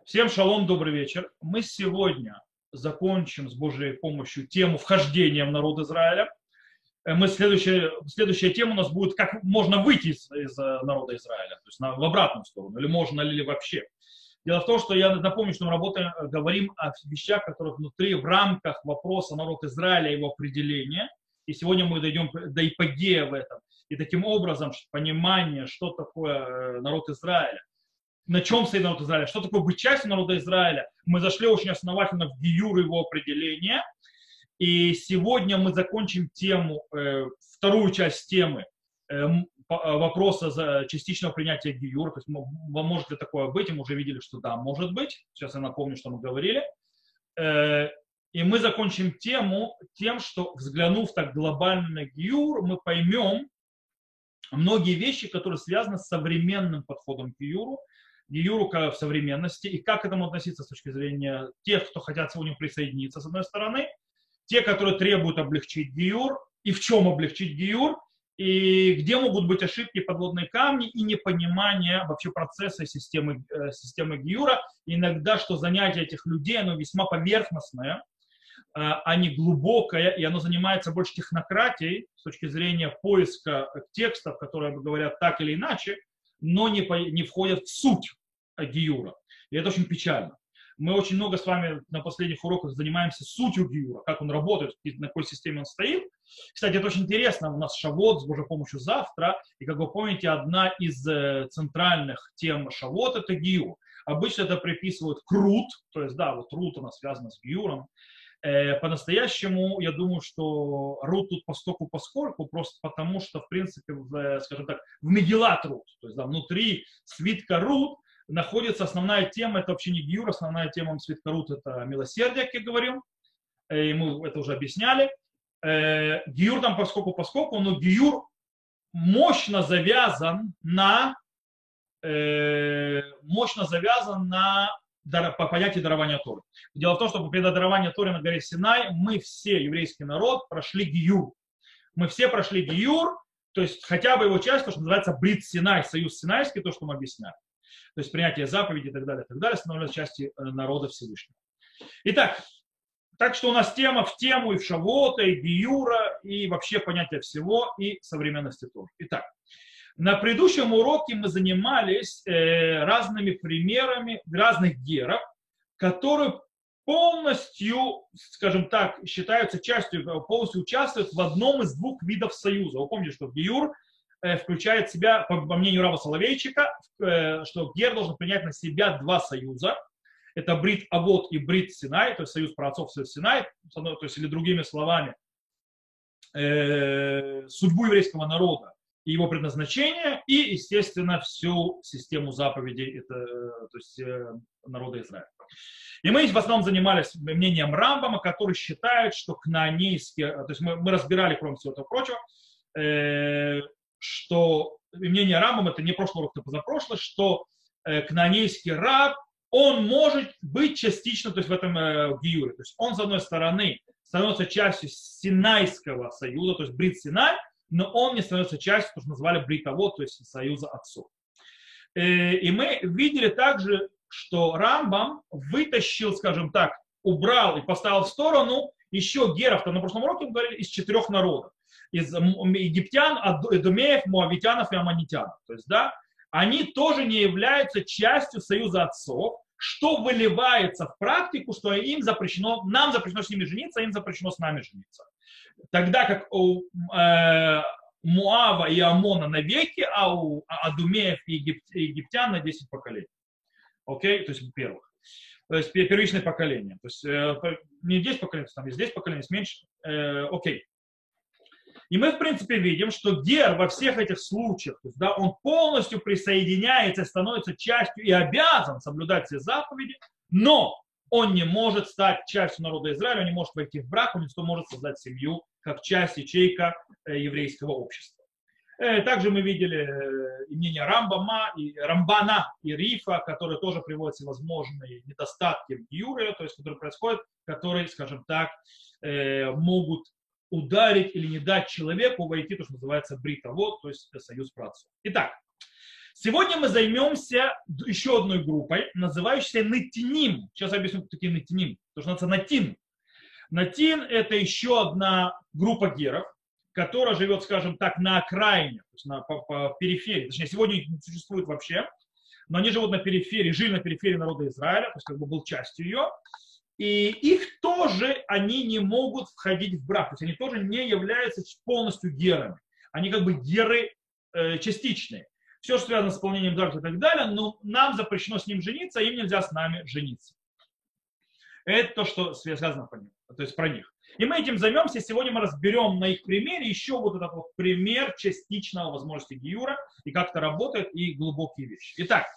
Всем шалом, добрый вечер. Мы сегодня закончим с Божьей помощью тему вхождения в народ Израиля. Следующая тема у нас будет, как можно выйти из народа Израиля, то есть в обратную сторону, или можно ли вообще. Дело в том, что я напомню, что мы говорим о вещах, которые внутри, в рамках вопроса народ Израиля и его определения. И сегодня мы дойдем до ипогея в этом. И таким образом понимание, что такое народ Израиля, на чем стоит народ Израиля, что такое быть частью народа Израиля. Мы зашли очень основательно в гиюр его определения. И сегодня мы закончим тему, вторую часть темы вопроса частичного принятия гиюра. То есть, может ли такое быть? И мы уже видели, что да, может быть. Сейчас я напомню, что мы говорили. И мы закончим тему тем, что, взглянув так глобально на гиюр, мы поймем многие вещи, которые связаны с современным подходом к гиюру в современности, и как к этому относиться с точки зрения тех, кто хотят сегодня присоединиться, с одной стороны, те, которые требуют облегчить гиюр, и в чем облегчить гиюр, и где могут быть ошибки, подводные камни, и непонимание вообще процесса и системы гиюра. И иногда, что занятие этих людей, оно весьма поверхностное, а не глубокое, и оно занимается больше технократией с точки зрения поиска текстов, которые говорят так или иначе, но не входят в суть гиюра. И это очень печально. Мы очень много с вами на последних уроках занимаемся сутью гиюра, как он работает, на какой системе он стоит. Кстати, это очень интересно. У нас Шавот с Божьей помощью завтра. И, как вы помните, одна из центральных тем Шавот – это гиюр. Обычно это приписывают к рут, то есть, да, вот рут, она связана с гиюром. По-настоящему, я думаю, что рут тут поскольку, просто потому, что, в принципе, скажем так, в Мегилат рут, то есть, да, внутри свитка рут, находится основная тема, это вообще не гиюр, основная тема свитка рут – это милосердие, как я говорил, и мы это уже объясняли. Гиюр там поскольку, но гиюр мощно завязан на по понятию дарования Торы. Дело в том, что при даровании Торы на горе Синай мы все, еврейский народ, прошли гиюр. Мы все прошли гиюр, то есть хотя бы его часть, то, что называется Брит Синай, союз Синайский, то, что мы объясняли. То есть принятие заповедей и так далее, становится частью народа Всевышнего. Итак, так что у нас тема в тему и в Шавота, и гиюра, и вообще понятие всего, и современности тоже. Итак, на предыдущем уроке мы занимались разными примерами разных геров, которые полностью, скажем так, считаются частью, полностью участвуют в одном из двух видов союза. Вы помните, что гиюр включает в себя, по мнению Рава Соловейчика, что гер должен принять на себя два союза. Это Брит Авот и Брит Синай, то есть союз праотцов, союз Синай, то есть, или другими словами, судьбу еврейского народа и его предназначение, и, естественно, всю систему заповедей то есть, народа Израиля. И мы в основном занимались мнением Рамбама, который считает, что кнаанейские, то есть мы разбирали, кроме всего этого прочего, что мнение Рамбама, это не прошлый урок, это позапрошлый, что кнаанейский раб, он может быть частично, то есть в этом гиюре. То есть он, с одной стороны, становится частью Синайского союза, то есть Брит Синай, но он не становится частью, то, что назвали Брит Авот, то есть союза отцов. И мы видели также, что Рамбам вытащил, скажем так, убрал и поставил в сторону еще геров, на прошлом уроке мы говорили, из 4 народов. Из египтян, эдомеев, муавитянов и аммонитянов. То есть, да, они тоже не являются частью союза отцов, что выливается в практику, что нам запрещено с ними жениться, а им запрещено с нами жениться. Тогда как у Муава и Амона навеки, а у Адумеев и египтян на 10 поколений. Окей? То есть первых. То есть первичное поколение. То есть не 10 поколений, там есть 10 поколений, есть меньше. Окей. И мы, в принципе, видим, что гер во всех этих случаях, то есть, да, он полностью присоединяется, становится частью и обязан соблюдать все заповеди, но он не может стать частью народа Израиля, он не может войти в брак, он не может создать семью как часть, ячейка еврейского общества. Также мы видели мнение Рамбана и Рифа, которые тоже приводят всевозможные недостатки в гиюре, то есть которые происходят, которые, скажем так, могут ударить или не дать человеку войти, то, что называется брит авот, то есть союз праотцов. Итак, Сегодня мы займемся еще одной группой, называющейся Нетиним. Сейчас я объясню, кто такие Нетиним. Потому что называется Натин. Натин – это еще одна группа геров, которая живет, скажем так, на окраине, то есть по периферии. Точнее, сегодня их не существует вообще, но они живут на периферии, жили на периферии народа Израиля, то есть как бы был частью ее. И их тоже, они не могут входить в брак, то есть они тоже не являются полностью герами. Они как бы геры частичные. Все, что связано с исполнением брака и так далее, но нам запрещено с ним жениться, а им нельзя с нами жениться. Это то, что связано по ним, то есть про них. И мы этим займемся. Сегодня мы разберем на их примере еще вот этот вот пример частичного возможности гиюра и как это работает, и глубокие вещи. Итак,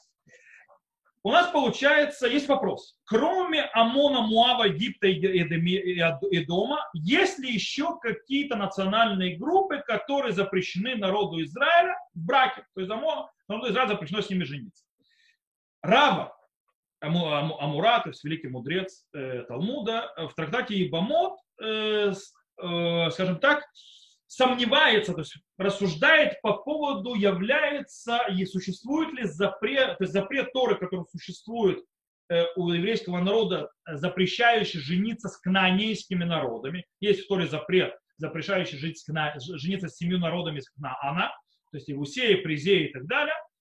у нас получается, есть вопрос. Кроме Амона, Муава, Египта и Эдома, есть ли еще какие-то национальные группы, которые запрещены народу Израиля в браке? То есть народу Израиля запрещено с ними жениться. Рава Амура, то есть великий мудрец Талмуда, в трактате Ибамот, скажем так, сомневается, то есть рассуждает по поводу, является и существует ли запрет, то есть запрет Торы, который существует у еврейского народа, запрещающий жениться с кнаанейскими народами. Есть в Торе запрет, запрещающий жениться с 7 народами из Кнаана, то есть Иусея, Призея и так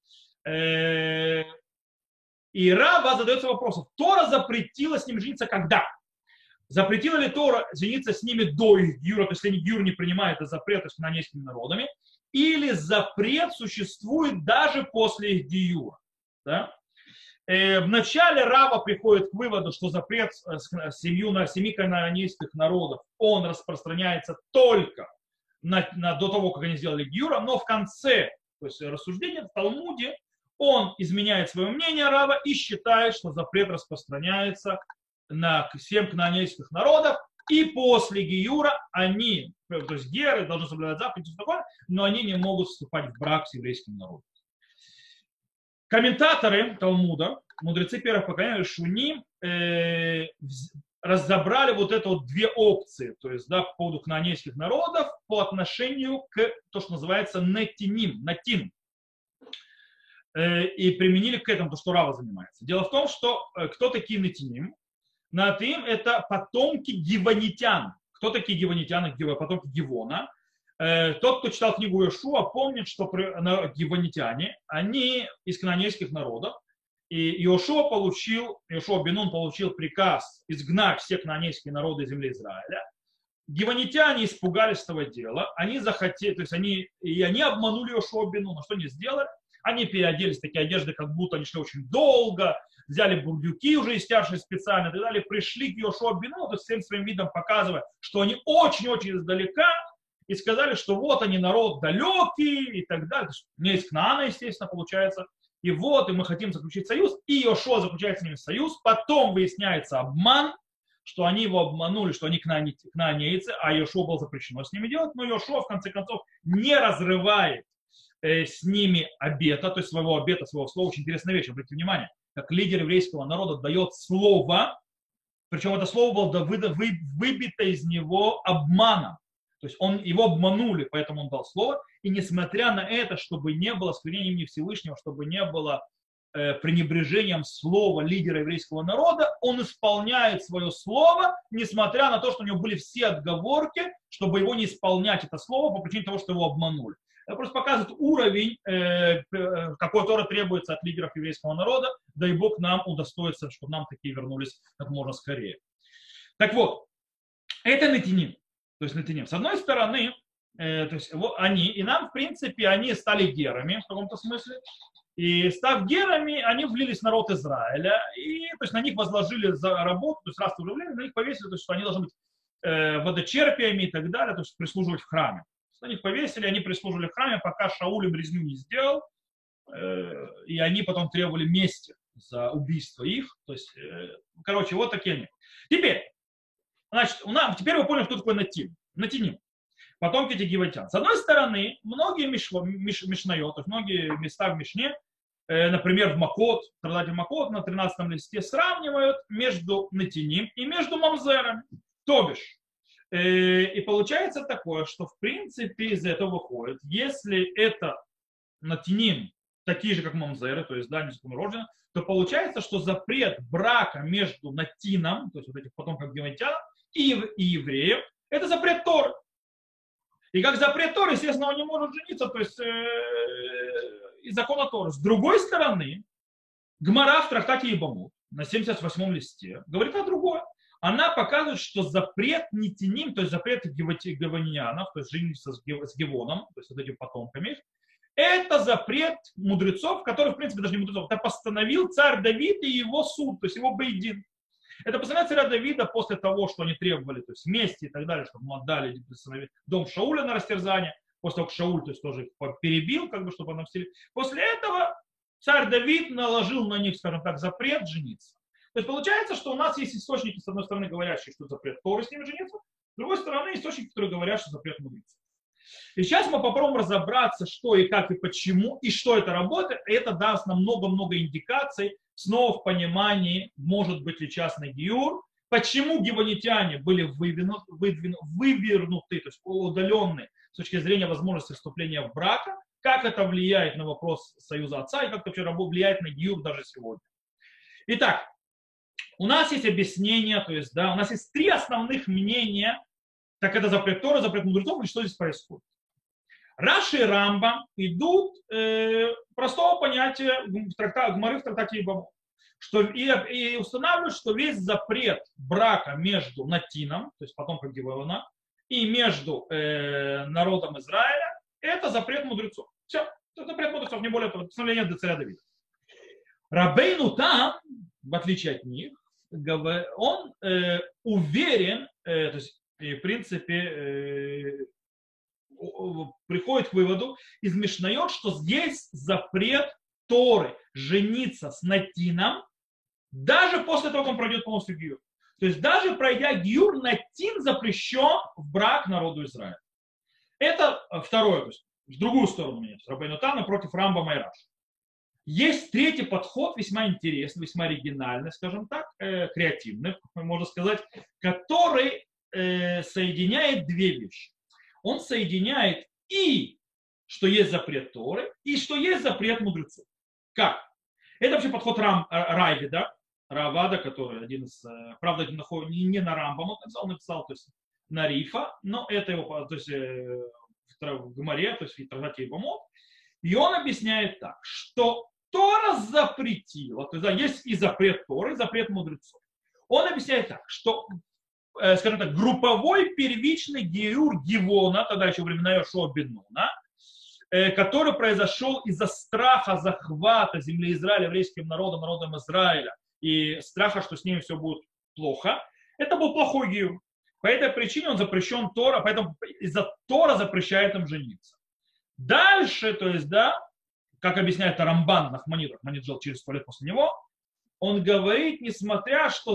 далее. И Рава задается вопросом, Тора запретила с ним жениться когда? Запретила ли Тора жениться с ними до их гиюра, то есть если они гиюр не принимают, это запрет с кнаанейскими народами, или запрет существует даже после их гиюра? Да? Вначале Рава приходит к выводу, что запрет с 7 кнаанейских народов, он распространяется только до того, как они сделали гиюра, но в конце, то есть рассуждения в Талмуде, он изменяет свое мнение Рава и считает, что запрет распространяется на 7 кнаанейских народов, и после гиюра они, то есть геры, должны соблюдать заповеди, но они не могут вступать в брак с еврейским народом. Комментаторы Талмуда, мудрецы первых поколений, Шуни, разобрали вот это вот две опции, то есть да, по поводу кнаанейских народов по отношению к то, что называется нетиним, натин. И применили к этому то, что Рава занимается. Дело в том, что кто такие нетиним? Натим – это потомки гивонитян. Кто такие гивонитяне? Потомки Гивона. Тот, кто читал книгу Иошуа, помнит, что гивонитяне, они из кнаанейских народов. И Иошуа бен Нун получил приказ изгнать все кнаанейские народы из земли Израиля. Гивонитяне испугались этого дела. Они захотели, то есть они обманули Иошуа бен Нуна. Что они сделали? Они переоделись в такие одежды, как будто они шли очень долго, взяли бурдюки уже истявшие специально и так далее, пришли к Йошуа бен Нуну, всем своим видом показывая, что они очень-очень издалека, и сказали, что вот они народ далекий и так далее. Не из Кнаана, естественно, получается. И вот, и мы хотим заключить союз, и Йошуа заключает с ними союз, потом выясняется обман, что они его обманули, что они кнаанейцы, а Йошуа было запрещено с ними делать, но Йошуа, в конце концов, не разрывает с ними обета, то есть своего обета, своего слова. Очень интересная вещь, обратите внимание, как лидер еврейского народа дает слово, причем это слово было выбито из него обманом. То есть его обманули, поэтому он дал слово. И несмотря на это, чтобы не было склонения имени Всевышнего, чтобы не было пренебрежением слова лидера еврейского народа, он исполняет свое слово, несмотря на то, что у него были все отговорки, чтобы его не исполнять это слово по причине того, что его обманули. Это просто показывает уровень, какой Тора требуется от лидеров еврейского народа. Дай Бог нам удостоится, чтобы нам такие вернулись как можно скорее. Так вот, это нетиним. То есть нетиним. С одной стороны, то есть вот они, и нам, в принципе, они стали герами в каком-то смысле. И став герами, они влились в народ Израиля, и то есть на них возложили за работу, то есть раз уже влили, на них повесили, то есть, что они должны быть водочерпиями и так далее, то есть прислуживать в храме. На них повесили, они прислуживали в храме, пока Шауль им резню не сделал, и они потом требовали мести за убийство их. То есть, короче, вот такие они. Теперь, значит, теперь вы поняли, кто такой Натиним. Потомки Гивонитян. С одной стороны, многие мишнайот, то есть многие места в Мишне, например, в Макот, в Макот на 13 листе сравнивают между Натиним и между Мамзерами. То бишь, и получается такое, что в принципе из этого выходит, если это Натиним, такие же, как мамзеры, то есть, да, незаконно рождены, то получается, что запрет брака между натином, то есть вот этих потомков гевантян, и евреев, это запрет Торы. И как запрет Торы, естественно, он не может жениться, то есть из закона Торы. С другой стороны, Гмара в трактате Ибамут на 78-м листе говорит о другое. Она показывает, что запрет нетиним, то есть запрет гевонянов, то есть жениться с Гевоном, то есть вот этими потомками, это запрет мудрецов, который, в принципе, даже не мудрецов, это постановил царь Давид и его суд, то есть его бейдин. Это постановление царя Давида после того, что они требовали, то есть мести и так далее, чтобы ему отдали дом Шауля на растерзание, после того, как Шауль, то есть тоже их перебил, как бы, чтобы он вселил. После этого царь Давид наложил на них, скажем так, запрет жениться. То есть получается, что у нас есть источники, с одной стороны, говорящие, что запрет Торы с ними жениться, с другой стороны, источники, которые говорят, что запрет мудрецов. И сейчас мы попробуем разобраться, что и как и почему, и что это работает. И это даст нам много-много индикаций, снова в понимании, может быть ли частный гиюр, почему гевонитяне были вывернуты, то есть удалены с точки зрения возможности вступления в брак, как это влияет на вопрос союза отца и как это вообще влияет на гиюр даже сегодня. Итак, у нас есть объяснение, то есть, да, у нас есть три основных мнения, так это запрет Торы, запрет мудрецов, и что здесь происходит. Раши и Рамбам идут простого понятия Гмары в трактате Ибамут, что и устанавливают, что весь запрет брака между Натином, то есть потомком Гевона, и между народом Израиля, это запрет мудрецов. Все, это запрет мудрецов, не более того, постановление до царя Давида. Рабейну Там, в отличие от них, он уверен, то есть, в принципе, приходит к выводу из Мишнайот, что здесь запрет Торы жениться с Натином, даже после того, как он пройдет полностью гиюр. То есть даже пройдя гиюр, Натин запрещен в брак народу Израиля. Это второе, то есть в другую сторону меня, Рабейну Там напротив Рамбама и Раши. Есть третий подход, весьма интересный, весьма оригинальный, скажем так, креативный, можно сказать, который соединяет две вещи. Он соединяет и что есть запрет Торы, и что есть запрет мудрецов. Как? Это вообще подход Райвида, Равада, который один из, правда, не на Рамбам он написал, то есть на Рифа, но это его, то есть в Гмаре, то есть в трактате Ибамот. И он объясняет так, что Тора запретила, то есть да, есть и запрет Торы, и запрет мудрецов. Он объясняет так, что, скажем так, групповой первичный гиюр Гивона, тогда еще времена Йошуа бен Нуна, который произошел из-за страха захвата земли Израиля еврейским народом, народом Израиля, и страха, что с ними все будет плохо, это был плохой гиюр. По этой причине он запрещен Тора, поэтому из-за Тора запрещает им жениться. Дальше, то есть, да, как объясняет Рамбан Нахманид, Нахманид жил через 100 лет после него, он говорит, несмотря, что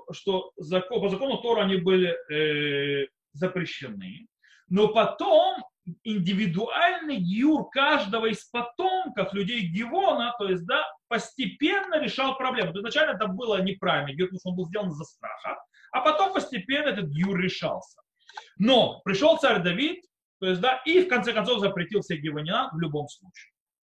по закону Тора они были запрещены, но потом индивидуальный гиюр каждого из потомков людей Гивона, то есть, да, постепенно решал проблему. Изначально это было неправильно гиюр, потому что он был сделан из-за страха, а потом постепенно этот гиюр решался. Но пришел царь Давид, то есть, да, и в конце концов запретил всех гивонянам в любом случае.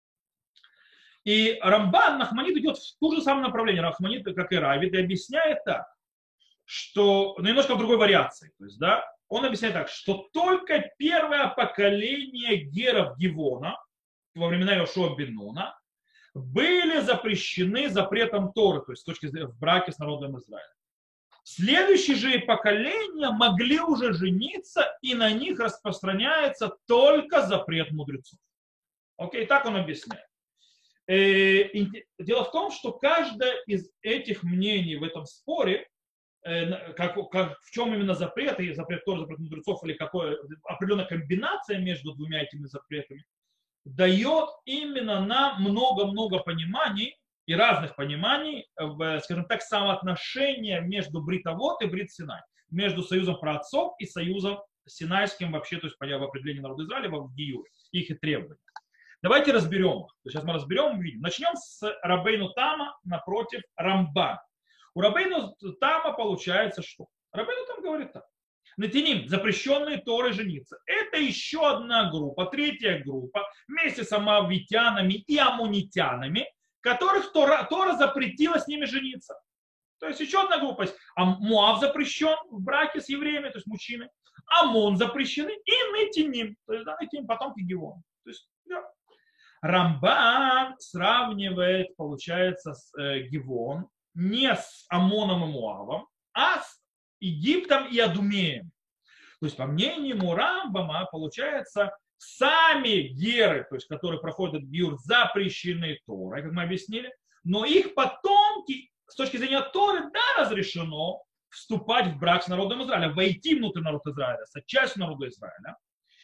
И Рамбан Нахманид идет в то же самое направление, Нахманид, как и Равид, и объясняет так, что, немножко в другой вариации, то есть, да, он объясняет так, что только первое поколение геров Гивона во времена Йошуа бен Нуна были запрещены запретом Торы, то есть с точки зрения в браке с народом Израиля. Следующие же поколения могли уже жениться, и на них распространяется только запрет мудрецов. Окей, так он объясняет. Дело в том, что каждое из этих мнений в этом споре, в чем именно запрет, и запрет Торы, запрет мудрецов, или какая определенная комбинация между двумя этими запретами, дает именно нам много-много пониманий и разных пониманий, скажем так, соотношения между Брит Авот и Брит Синай, между союзом праотцов и союзом синайским вообще, то есть в определении народа Израиля в Гиюре, их и требований. Давайте разберем их. Сейчас мы разберем и увидим. Начнем с Рабейну Тама напротив Рамбана. У Рабейну Тама получается что? Рабейну Там говорит так. Натяним, запрещенные Торы жениться. Это еще одна группа, третья группа, вместе с амавитянами и амунитянами, которых Тора запретила с ними жениться. То есть еще одна группа. Муав запрещен в браке с евреями, то есть мужчины. Амон запрещены и Нетиним, то есть да, Нетиним, потомки Гивона. То есть, да. Рамбан сравнивает, получается, с Гивон не с Амоном и Муавом, а с Египтом и Адумеем. То есть, по мнению Рамбама, получается, сами геры, то есть, которые проходят гиур, запрещены Торой, как мы объяснили, но их потомки, с точки зрения Торы, да, разрешено вступать в брак с народом Израиля, войти внутрь народа Израиля, стать частью народа Израиля.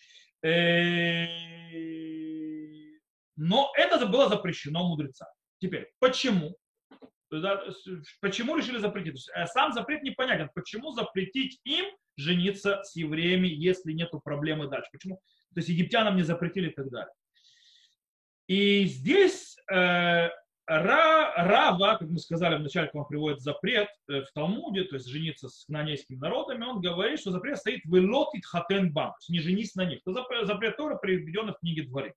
Но это было запрещено мудрецам. Теперь, почему? Почему решили запретить? Сам запрет непонятен. Почему запретить им жениться с евреями, если нет проблемы дальше? Почему? То есть египтянам не запретили и так далее. И здесь Рава, как мы сказали вначале, когда он приводит запрет в Талмуде, то есть жениться с кнаанейскими народами, он говорит, что запрет стоит в элотит хатен бам, то есть не женись на них. Это запрет Торы, приведенный в книге Дворим.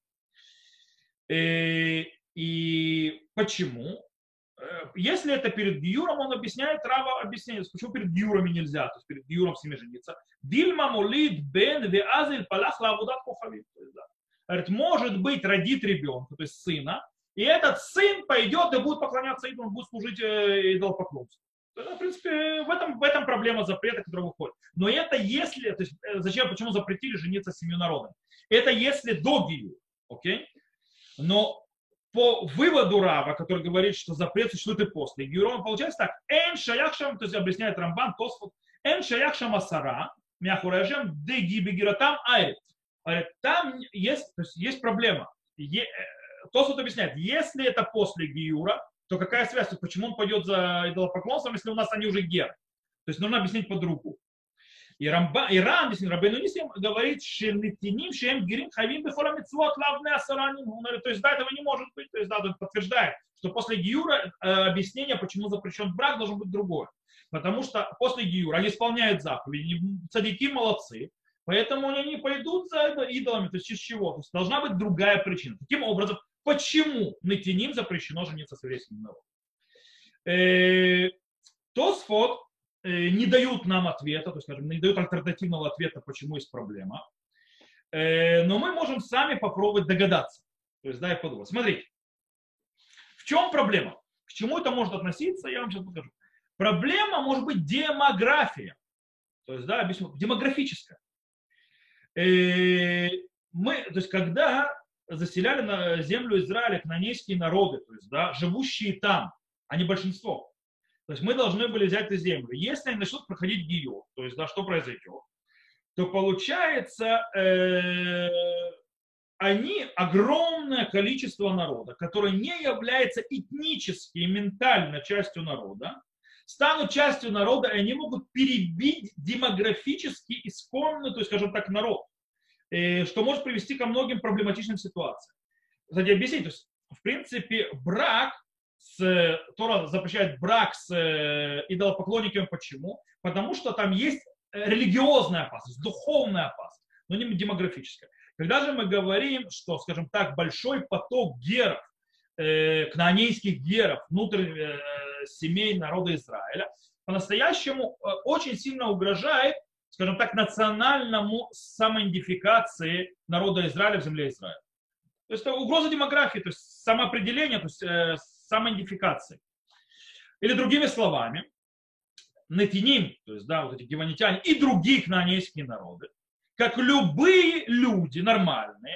И почему? Если это перед Гиюром, он объясняет, Рава объясняет, почему перед Гиюрами нельзя, то есть перед Гиюром с ними жениться. Дильма молит бен веазель палах лавудат кохавит. Говорит, может быть, родит ребенка, то есть сына, и этот сын пойдет и будет поклоняться идолам, будет служить идолопоклонству. В принципе, в этом проблема запрета, который выходит. Но это если, то есть зачем, почему запретили жениться с 7 народами? Это если до Гиюра, окей? Но по выводу Рава, который говорит, что запрет существует и после Гиюра, получается так. Эн шаяхшам, то есть объясняет Рамбан, Тосфот, эн шаяхшам асара, мяхуражем, де гибегиратам айрит. Там есть, то есть проблема. Тосфот объясняет, если это после Гиюра, то какая связь? Почему он пойдет за идолопоклонством, если у нас они уже геры? То есть нужно объяснить по-другому. И Рам, здесь Рабейну Нисим говорит, что нетиним, шем гирим хавим бефора митцвот лавне асараним. То есть, да, этого не может быть. То есть, да, он подтверждает, что после Гиюра объяснение, почему запрещен брак, должен быть другое. Потому что после Гиюра они исполняют заповеди, цадики молодцы, поэтому они не пойдут за идолами. То есть, из чего? То есть, должна быть другая причина. Таким образом, почему нетиним запрещено жениться с еврейским народом? Тосфот не дают нам ответа, то есть, скажем, не дают альтернативного ответа, почему есть проблема. Но мы можем сами попробовать догадаться. То есть, да, и подумать. Смотрите, в чем проблема? К чему это может относиться, я вам сейчас покажу. Проблема может быть демография. То есть, да, объясню, демографическая. То есть, когда заселяли на землю Израиля кнаанейские народы, то есть, да, живущие там, а не большинство, то есть мы должны были взять эту землю. Если они начнут проходить гиюр, то есть, да, что произойдет, то получается, они, огромное количество народа, которое не является этнически и ментально частью народа, станут частью народа, и они могут перебить демографически исконный, то есть, скажем так, народ, что может привести ко многим проблематичным ситуациям. Кстати, объяснить, то есть, в принципе, брак, Тора запрещает брак с идолопоклонниками. Почему? Потому что там есть религиозная опасность, духовная опасность, но не демографическая. Когда же мы говорим, что, скажем так, большой поток геров, кнаанейских геров внутрь семей народа Израиля, по-настоящему очень сильно угрожает, скажем так, национальному самоидентификации народа Израиля в земле Израиля. То есть это угроза демографии, то есть самоопределения, то есть самоидентификации. Или другими словами, нетиним, то есть, да, вот эти гиванитяне и другие кнаанейские народы, как любые люди нормальные,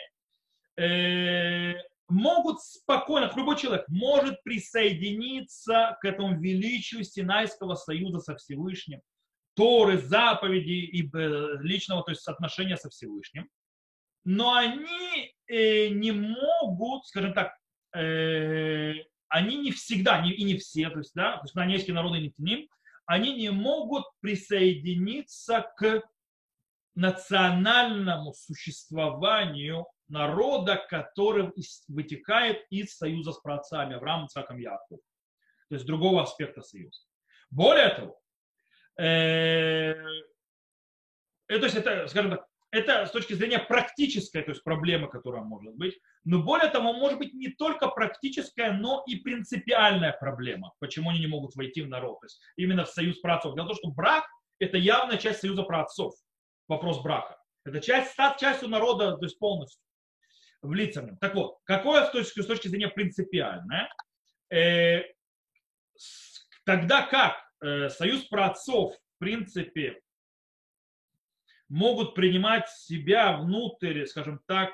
могут спокойно, как любой человек, может присоединиться к этому величию Синайского союза со Всевышним, Торы, заповеди и личного, то есть отношения со Всевышним. Но они не могут, скажем так, они не всегда, и не все, то есть, да, то есть кнаанейские народы не тним, они не могут присоединиться к национальному существованию народа, который вытекает из союза с праотцами Авраамом, Ицхаком, Яаковом. То есть другого аспекта союза. Более того, то есть это, скажем так, это с точки зрения практической, то есть проблемы, которая может быть. Но более того, может быть не только практическая, но и принципиальная проблема, почему они не могут войти в народ. То есть именно в союз праотцов. Дело в том, что брак – это явная часть союза праотцов. Вопрос брака. Это часть, стать частью народа, то есть полностью в лицарном. Так вот, какое с точки зрения принципиальное? Тогда как союз праотцов, в принципе, могут принимать себя внутрь, скажем так,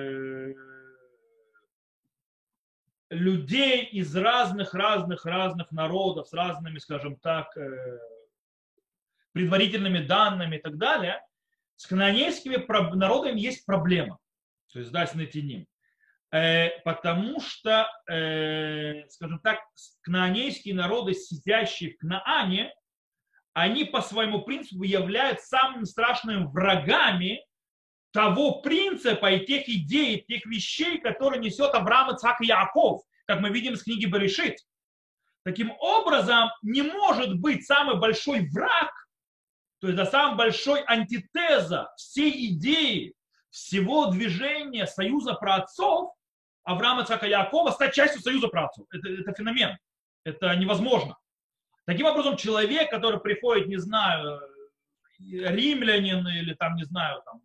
людей из разных народов, с разными, скажем так, предварительными данными и так далее, с кнаанейскими народами есть проблема. То есть, да, с нетиним. Потому что, скажем так, кнаанейские народы, сидящие в Кнаане, они по своему принципу являются самыми страшными врагами того принципа и тех идей, и тех вещей, которые несет Авраам, Ицхак и Яаков, как мы видим из книги Берешит. Таким образом, не может быть самый большой враг, то есть самая большой антитеза всей идеи, всего движения союза праотцов Авраама, Ицхака и Яакова стать частью союза праотцов. Это феномен. Это невозможно. Таким образом, человек, который приходит, не знаю, римлянин или там, не знаю, там,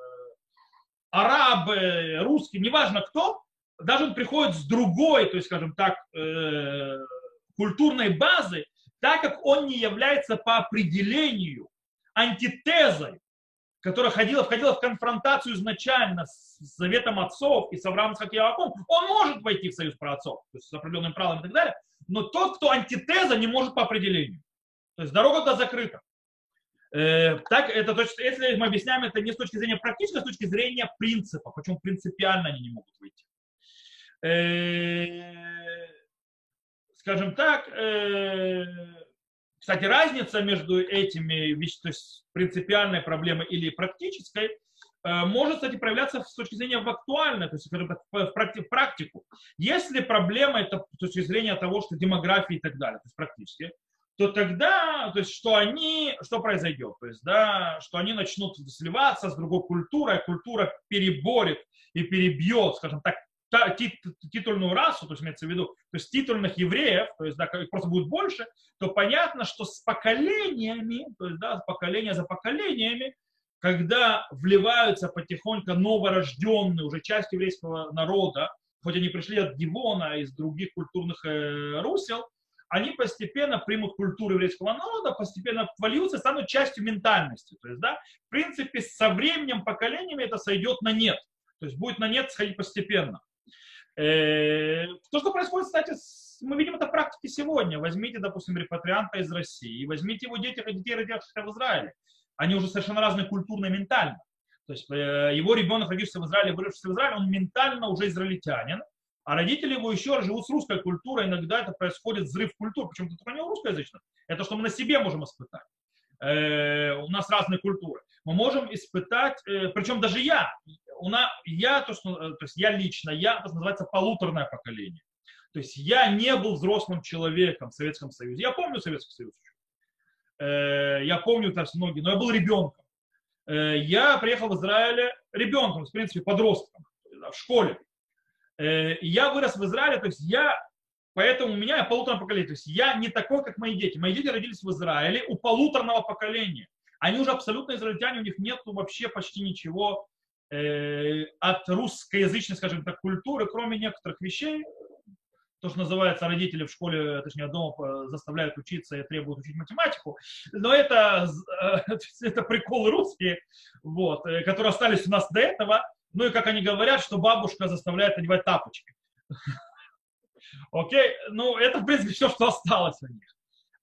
араб, русский, неважно кто, даже он приходит с другой, то есть, скажем так, культурной базы, так как он не является по определению антитезой, которая входила в конфронтацию изначально с заветом отцов и с Авраамом, Ицхаком и Яаковом, он может войти в союз праотцов, то есть с определенным правилом и так далее, но тот, кто антитеза, не может по определению. То есть дорога туда закрыта. Так, это, то есть, если мы объясняем это не с точки зрения практической, а с точки зрения принципа, почему принципиально они не могут выйти. Скажем так, кстати, разница между этими, то есть принципиальной проблемой или практической, может, кстати, проявляться с точки зрения в актуальной, то есть, скажем так, в практику. Если проблема это с точки зрения того, что демография и так далее, то есть практически, то тогда, то есть, что произойдет? То есть, да, что они начнут сливаться с другой культурой, а культура переборет и перебьет, скажем так, титульную расу, то есть имеется в виду, то есть титульных евреев, то есть, да, их просто будет больше, то понятно, что с поколениями, то есть, да, поколение за поколениями, когда вливаются потихоньку новорожденные уже часть еврейского народа, хоть они пришли от Дивона, из других культурных русел, они постепенно примут культуру еврейского народа, постепенно вольются, станут частью ментальности. То есть, да, в принципе, со временем, поколениями это сойдет на нет. То есть будет на нет сходить постепенно. То, что происходит, кстати, мы видим это в практике сегодня. Возьмите, допустим, репатрианта из России, возьмите его детей, родившихся в Израиле. Они уже совершенно разные культурно и ментально. То есть его ребенок, родившийся в Израиле, выросшийся в Израиле, он ментально уже израильтянин, а родители его еще живут с русской культурой. Иногда это происходит взрыв культур, почему-то только не русскоязычных. Это что мы на себе можем испытать. У нас разные культуры. Мы можем испытать, причем даже я лично, то, что называется полуторное поколение. То есть я не был взрослым человеком в Советском Союзе. Я помню Советский Союз. Я помню там многие, но я был ребенком. Я приехал в Израиль ребенком, в принципе, подростком, в школе. И я вырос в Израиле, то есть поэтому у меня полуторное поколение. То есть я не такой, как мои дети. Мои дети родились в Израиле у полуторного поколения. Они уже абсолютно израильтяне, у них нет вообще почти ничего от русскоязычной, скажем так, культуры, кроме некоторых вещей. То, что называется, родители в школе, точнее, дома заставляют учиться и требуют учить математику. Но это приколы русские, вот, которые остались у нас до этого. Ну и как они говорят, что бабушка заставляет одевать тапочки. Окей, ну это, в принципе, все, что осталось у них.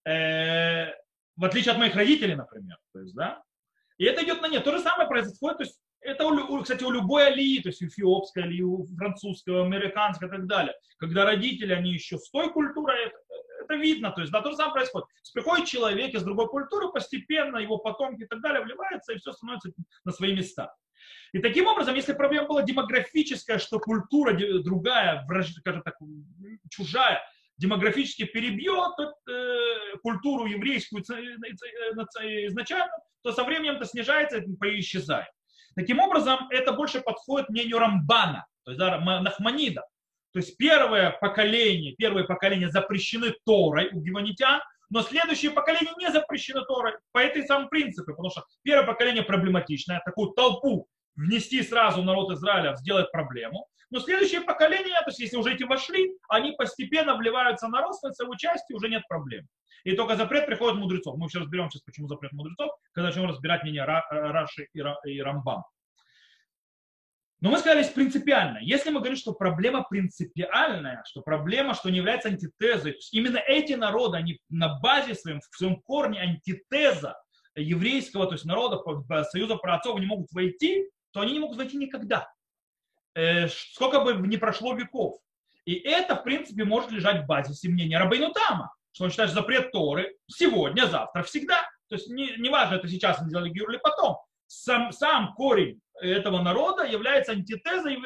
В отличие от моих родителей, например. То есть, да? И это идет на нет. То же самое происходит, то есть, это, кстати, у любой алии, то есть эфиопской алии, у французского, американской и так далее. Когда родители, они еще с той культурой, это видно. То есть, да, то же самое происходит. Приходит человек из другой культуры, постепенно его потомки и так далее вливаются, и все становится на свои места. И таким образом, если проблема была демографическая, что культура другая, скажем так, чужая, демографически перебьет культуру еврейскую изначально, то со временем это снижается и исчезает. Таким образом, это больше подходит мнению Рамбана, то есть да, Нахманида. То есть первые поколения запрещены Торой у гиванитян, но следующие поколения не запрещены Торой по этой самой принципе, потому что первое поколение проблематичное, такую толпу внести сразу в народ Израиля сделать проблему, но следующее поколение, то есть если уже эти вошли, они постепенно вливаются в народ, становятся его частью, уже нет проблем. И только запрет приходит от мудрецов. Мы еще разберем сейчас, почему запрет мудрецов, когда начнем разбирать мнение Раши и Рамбам. Но мы сказали принципиально. Если мы говорим, что проблема принципиальная, что проблема, что не является антитезой, то есть именно эти народы, они на базе своем, в своем корне антитеза еврейского, то есть народа, союза праотцов не могут войти, то они не могут войти никогда. Сколько бы ни прошло веков. И это, в принципе, может лежать в базисе мнения Рабейну Тама, что он считает запрет Торы сегодня, завтра, всегда. То есть не важно, это сейчас они сделали гиур или потом. Сам корень этого народа является антитезой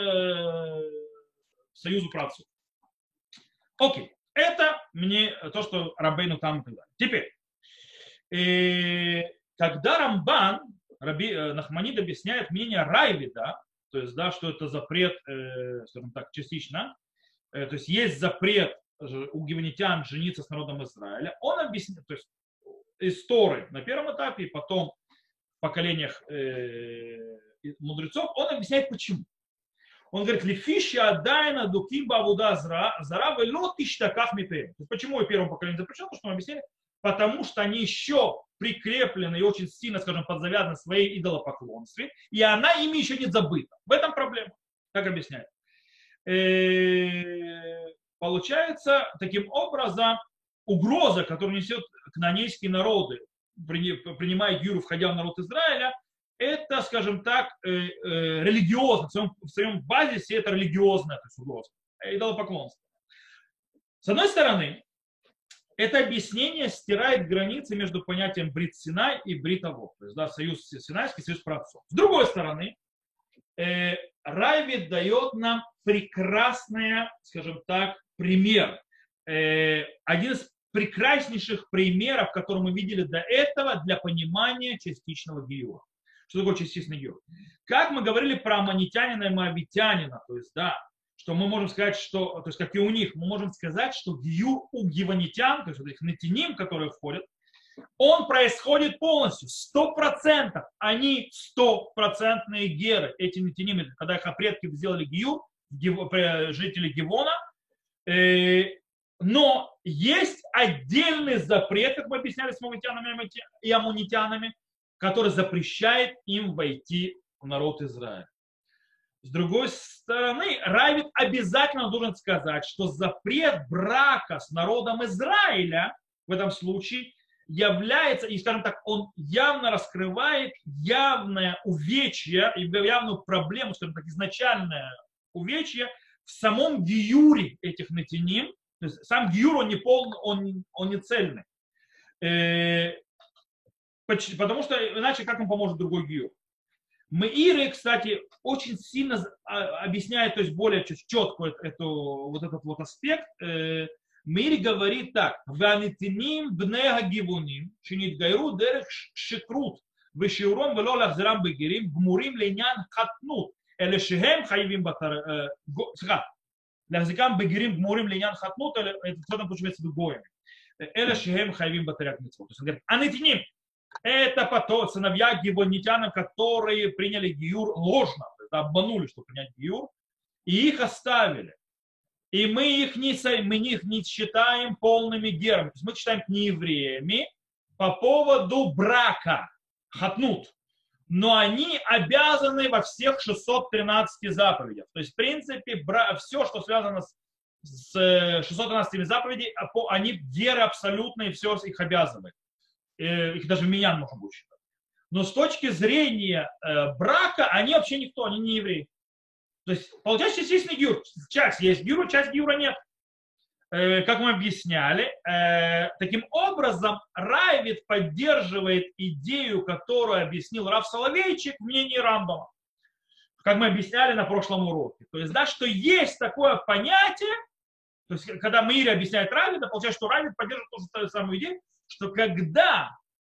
союзу праотцов. Окей. Это мне то, что Рабейну Там и так далее. Теперь, когда Рамбан, Нахманид объясняет мнение Райвида, то есть, да, что это запрет, скажем так, частично, то есть есть запрет у гиванитян жениться с народом Израиля, он объясняет, то есть из Торы на первом этапе и потом в поколениях мудрецов, он объясняет почему. Он говорит, лифища адайна дукимба авуда зара велот иштаках мипеем. Почему и первому поколению запрещено, то, что мы объяснили, потому что они еще прикреплены и очень сильно, скажем, подзавязаны своей идолопоклонстве, и она ими еще не забыта. В этом проблема. Как объясняет? Получается, таким образом, угроза, которую несет кнаанейские народы, принимая гиуру, входя в народ Израиля, это, скажем так, религиозно, в своем базисе это религиозная, то есть угроза, идолопоклонство. С одной стороны, это объяснение стирает границы между понятием Брит Синай и Брит Авот, то есть да, союз Синайский, союз праотцов. С другой стороны, Райвид дает нам прекрасный, скажем так, пример. Один из прекраснейших примеров, которые мы видели до этого для понимания частичного гиюра. Что такое частичный гиюр? Как мы говорили про аммонитянина и моавитянина, то есть, да, что мы можем сказать, что, то есть, как и у них, мы можем сказать, что гиюр у гиванитян, то есть, вот этих нетиним, которые входят, он происходит полностью, 100%. Они 100% геры, эти нетинимы, когда их предки сделали гиюр, жители Гивона. Но есть отдельный запрет, как мы объясняли с моавитянами и аммонитянами, который запрещает им войти в народ Израиля. С другой стороны, Райвид обязательно должен сказать, что запрет брака с народом Израиля в этом случае является, и, скажем так, он явно раскрывает явное увечье, явную проблему, скажем так, изначальное увечье в самом гиюре этих нетиним. То есть сам гиюр, он не полный, он не цельный. Потому что иначе как он поможет другой гиюр? Меиры, кстати, очень сильно объясняет, то есть более четко вот этот вот аспект. Меир говорит так: «Ванитиним бнега гивуним, шинит гайру дерех шикрут, вешиуром вело лахзерам бегирим, гмурим лейнян хатнут, эле шехем хайвим батар...» Лахзикам бегирим гмурим лейнян хатнут, это в этом случае имеется в виду гоями. Эле шехем хайвим батаряк митцвот. То есть он говорит, анитиним. Это потом сыновья гивонитянам, которые приняли гиюр ложно, обманули, что принять гиюр, и их оставили. И мы их не считаем полными герами. То есть мы считаем неевреями по поводу брака, хатнут. Но они обязаны во всех 613 заповедях. То есть, в принципе, все, что связано с 613 заповедей, они геры абсолютно, и все их обязывает. Их даже миньян можно будет считать. Но с точки зрения брака, они вообще никто, они не евреи. То есть, получается, частичный гиюр. Часть есть гиюр, часть гиюра нет. Как мы объясняли, таким образом Райвид поддерживает идею, которую объяснил Рав Соловейчик в мнении Рамбама. Как мы объясняли на прошлом уроке. То есть, да, что есть такое понятие, то есть, когда Меир объясняет Райвида, получается, что Райвид поддерживает ту же самую идею, что когда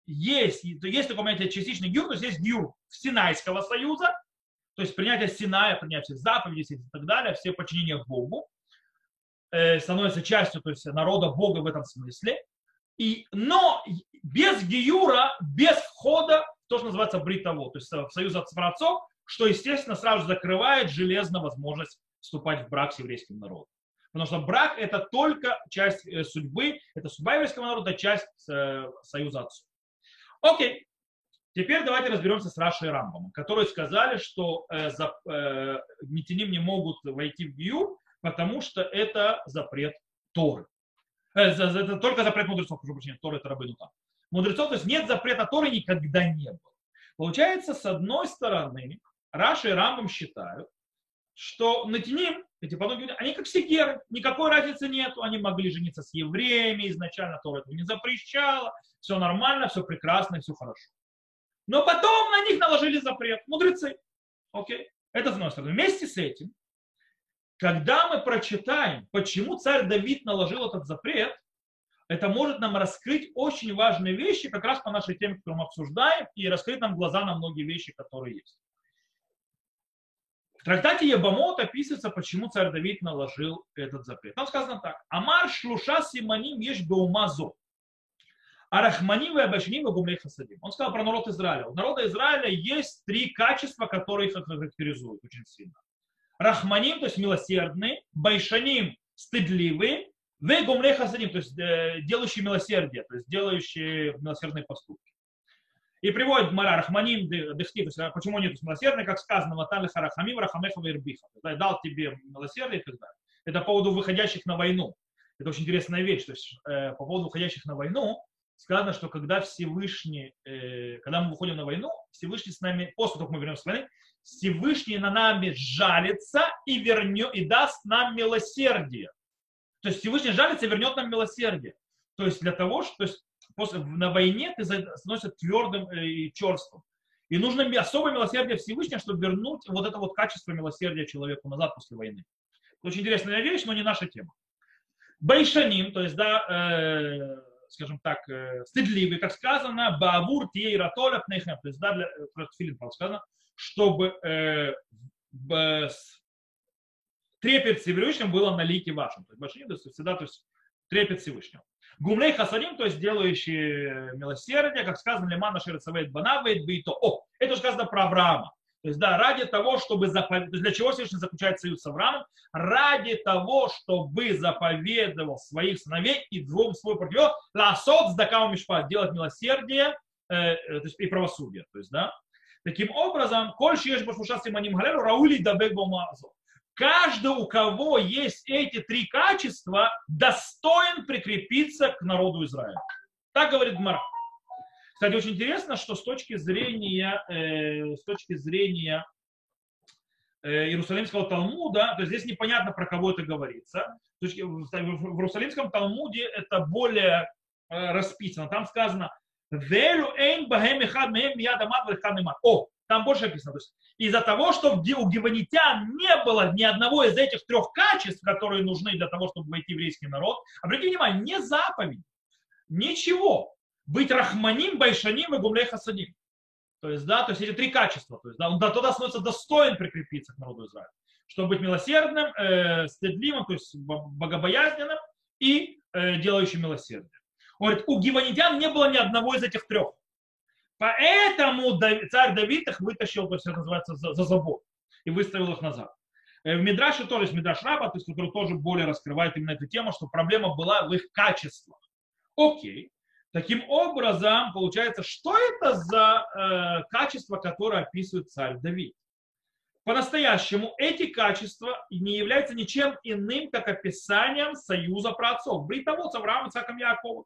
есть такое понятие частичный гиюр, то есть гиюр Синайского союза, то есть принятие Синая, принятие всех заповедей и так далее, все подчинения Богу, становится частью, то есть народа Бога в этом смысле. Но без гиюра, без входа, то, что называется бритово, то есть в союз отцов, что, естественно, сразу закрывает железно возможность вступать в брак с еврейским народом. Потому что брак – это только часть судьбы, это судьба еврейского народа, часть союза отцов. Окей. Теперь давайте разберемся с Рашей и Рамбамом, которые сказали, что нетиним не могут войти в гиюр, потому что это запрет Торы. Это только запрет мудрецов, прошу прощения, Тора это рабыну там. Мудрецов, то есть нет запрета Торы, никогда не было. Получается, с одной стороны, Раша и Рамбам считают, что нетиним, эти потомки, они как все геры, никакой разницы нету, они могли жениться с евреями, изначально Тора этого не запрещала, все нормально, все прекрасно, все хорошо. Но потом на них наложили запрет, мудрецы. Окей. Это с одной стороны. Вместе с этим, когда мы прочитаем, почему царь Давид наложил этот запрет, это может нам раскрыть очень важные вещи, как раз по нашей теме, которую мы обсуждаем, и раскрыть нам глаза на многие вещи, которые есть. В трактате Ебамот описывается, почему царь Давид наложил этот запрет. Там сказано так. Амар шлуша симаним еш беумазо. Арахманим и абашним и гумлей хасадим. Он сказал про народ Израиля. У народа Израиля есть 3 качества, которые их характеризуют очень сильно. Рахманим, то есть милосердный, байшаним, стыдливый, ве гумлей хасадим, то есть делающий милосердие, то есть делающие милосердные поступки. И приводит Гмара Рахманим дехти, то есть почему нет милосердия, как сказано, ватали харахамим, рахамеха вирбиха, дал тебе милосердие и так далее. Это по поводу выходящих на войну. Это очень интересная вещь, то есть по поводу выходящих на войну сказано, что когда Всевышний, когда мы выходим на войну, Всевышний с нами, после того, как мы вернемся с войны, Всевышний на нами жалится и даст нам милосердие. То есть Всевышний жалится и вернет нам милосердие. То есть для того, что на войне ты становишься твердым и черствым. И нужно особое милосердие Всевышнего, чтобы вернуть вот это вот качество милосердия человеку назад после войны. Очень интересная вещь, но не наша тема. Байшаним, то есть, да, скажем так, стыдливый, как сказано, баавур тией ратоля пнейхем, то есть, да, для филин сказано, чтобы трепет Всевышнего было на лике вашем. То есть, байшаним, то есть, всегда, то есть, трепет Всевышнего. Гумлей хасадим, то есть, делающие милосердие, как сказано, лемана шерцавейт банавейт бейто. О, это сказано про Авраама. То есть, да, ради того, чтобы заповедовать, то есть для чего Всевышний заключает союз с Авраамом? Ради того, чтобы заповедовал своих сыновей и двум свой противов, ласот сдакау мишпат, делать милосердие то есть, и правосудие. То есть, да. Таким образом, коль шиеш башмуша симаним галеру, раули дабек бомазо. Каждый, у кого есть эти 3 качества, достоин прикрепиться к народу Израиля. Так говорит Гмара. Кстати, очень интересно, что с точки зрения Иерусалимского Талмуда, то есть здесь непонятно, про кого это говорится. В Иерусалимском Талмуде это более расписано. Там сказано «О, там больше написано. Из-за того, что у гиванитян не было ни одного из этих 3 качеств, которые нужны для того, чтобы войти в еврейский народ, обратите внимание, не заповедь, ничего. Быть рахманим, байшаним и гумлей хасадим. То есть, да, то есть эти 3 качества. То есть, да, он тогда становится достоин прикрепиться к народу Израиля. Чтобы быть милосердным, стыдливым, то есть богобоязненным и делающим милосердие. Он говорит, у гиванитян не было ни одного из этих 3. Поэтому царь Давид их вытащил, то есть это называется за забор, и выставил их назад. В Мидраше тоже есть Мидраш Раба, то есть, который тоже более раскрывает именно эту тему, что проблема была в их качествах. Окей. Таким образом, получается, что это за качества, которые описывает царь Давид? По-настоящему эти качества не являются ничем иным, как описанием союза праотцов. Бритово с Авраамом, Ицхаком, Яаковом.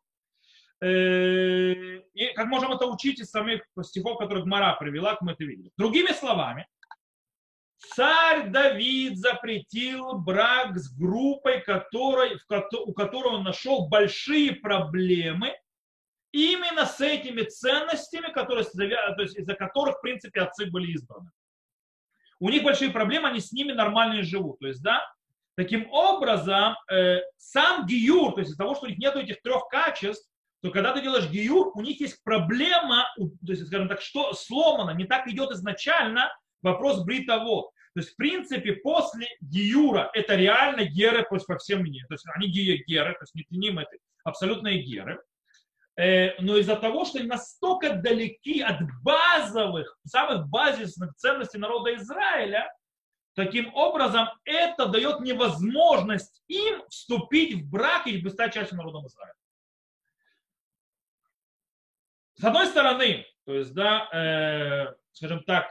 И как можем это учить из самих стихов, которые Гмара привела, как мы это видели. Другими словами, царь Давид запретил брак с группой, у которой он нашел большие проблемы, именно с этими ценностями, то есть из-за которых, в принципе, отцы были избраны. У них большие проблемы, они с ними нормально живут. То есть, да, таким образом, сам гиюр, то есть из-за того, что у них нет этих 3 качеств, что когда ты делаешь гиюр, у них есть проблема, то есть, скажем так, что сломано, не так идет изначально вопрос бритовод. То есть, в принципе, после гиюра это реально геры по всем мнениям. То есть, они геры, то есть, нетленимые, это абсолютные геры. Но из-за того, что они настолько далеки от базовых, самых базисных ценностей народа Израиля, таким образом это дает невозможность им вступить в брак и стать частью народа Израиля. С одной стороны, то есть, да, скажем так,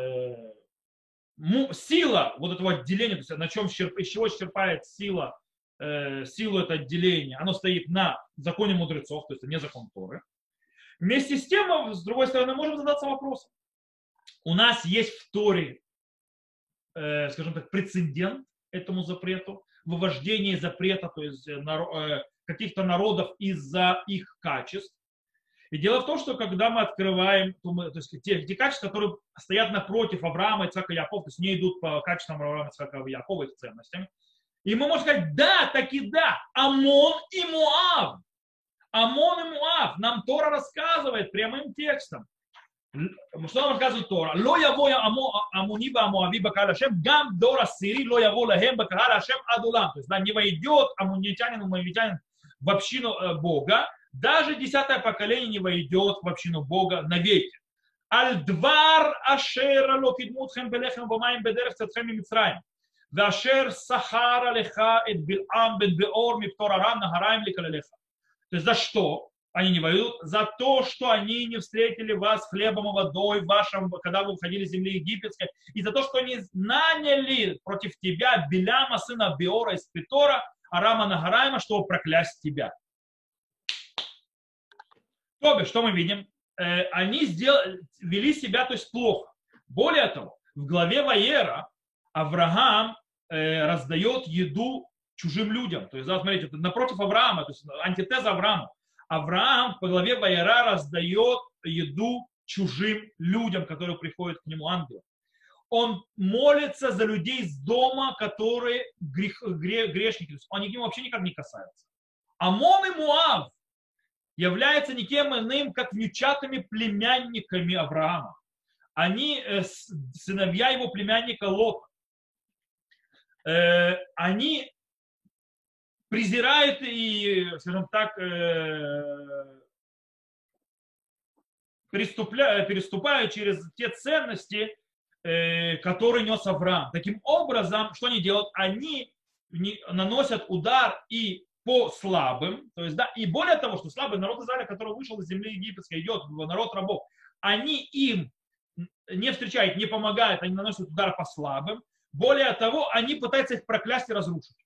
сила вот этого отделения, то есть на чем, из чего черпает сила, силу это отделение, оно стоит на законе мудрецов, то есть не закон Торы. Вместе с тем, с другой стороны, можем задаться вопросом. У нас есть в Торе, скажем так, прецедент этому запрету, вывождение запрета, то есть каких-то народов из-за их качеств. И дело в том, что когда мы открываем, то есть те качества, которые стоят напротив Авраама, Ицхака и Якова, то есть не идут по качествам Авраама, Ицхака и Якова, их ценностям. И мы можем сказать, да, таки да, Амон и Муав. Амон и Муав. Нам Тора рассказывает прямым текстом. Что нам рассказывает Тора? Ло яво Амуни ба Муави ба кахаль Ашем, гам дор ассири ло яво лахем ба кахаль Ашем адулам. То есть да, не войдет амунитянин и моавитянин в общину Бога, даже 10-е поколение не войдет в общину Бога навеки. Аль-двар ашер ло кидмутхем белехем вамаим бедерев цатхем мимицраим. Вашер сахара леха эт билам бен беор миптор арам нагараем ликалелеха. То есть за что они не воюют? За то, что они не встретили вас хлебом и водой вашим, когда вы уходили из земли египетской, и за то, что они наняли против тебя Биляма, сына Беора из Петора, Арама Нагараима, чтобы проклясть тебя. То бишь, что мы видим? Они вели себя, то есть плохо. Более того, в главе Ваера Авраам раздает еду чужим людям. То есть, да, смотрите, напротив Авраама, то есть антитеза Авраама. Авраам по главе Ваера раздает еду чужим людям, которые приходят к нему, ангелы. Он молится за людей из дома, которые грешники. То есть они к нему вообще никак не касаются. Амон и Муав являются никем иным, как внучатыми племянниками Авраама. Они сыновья его племянника Лота. Они презирают и, скажем так, переступают через те ценности, которые нес Авраам. Таким образом, что они делают? Они наносят удар и по слабым, то есть, да, и более того, что слабый народ Израиля, который вышел из земли египетской, идет в народ рабов, они им не встречают, не помогают, они наносят удар по слабым. Более того, они пытаются их проклясть и разрушить.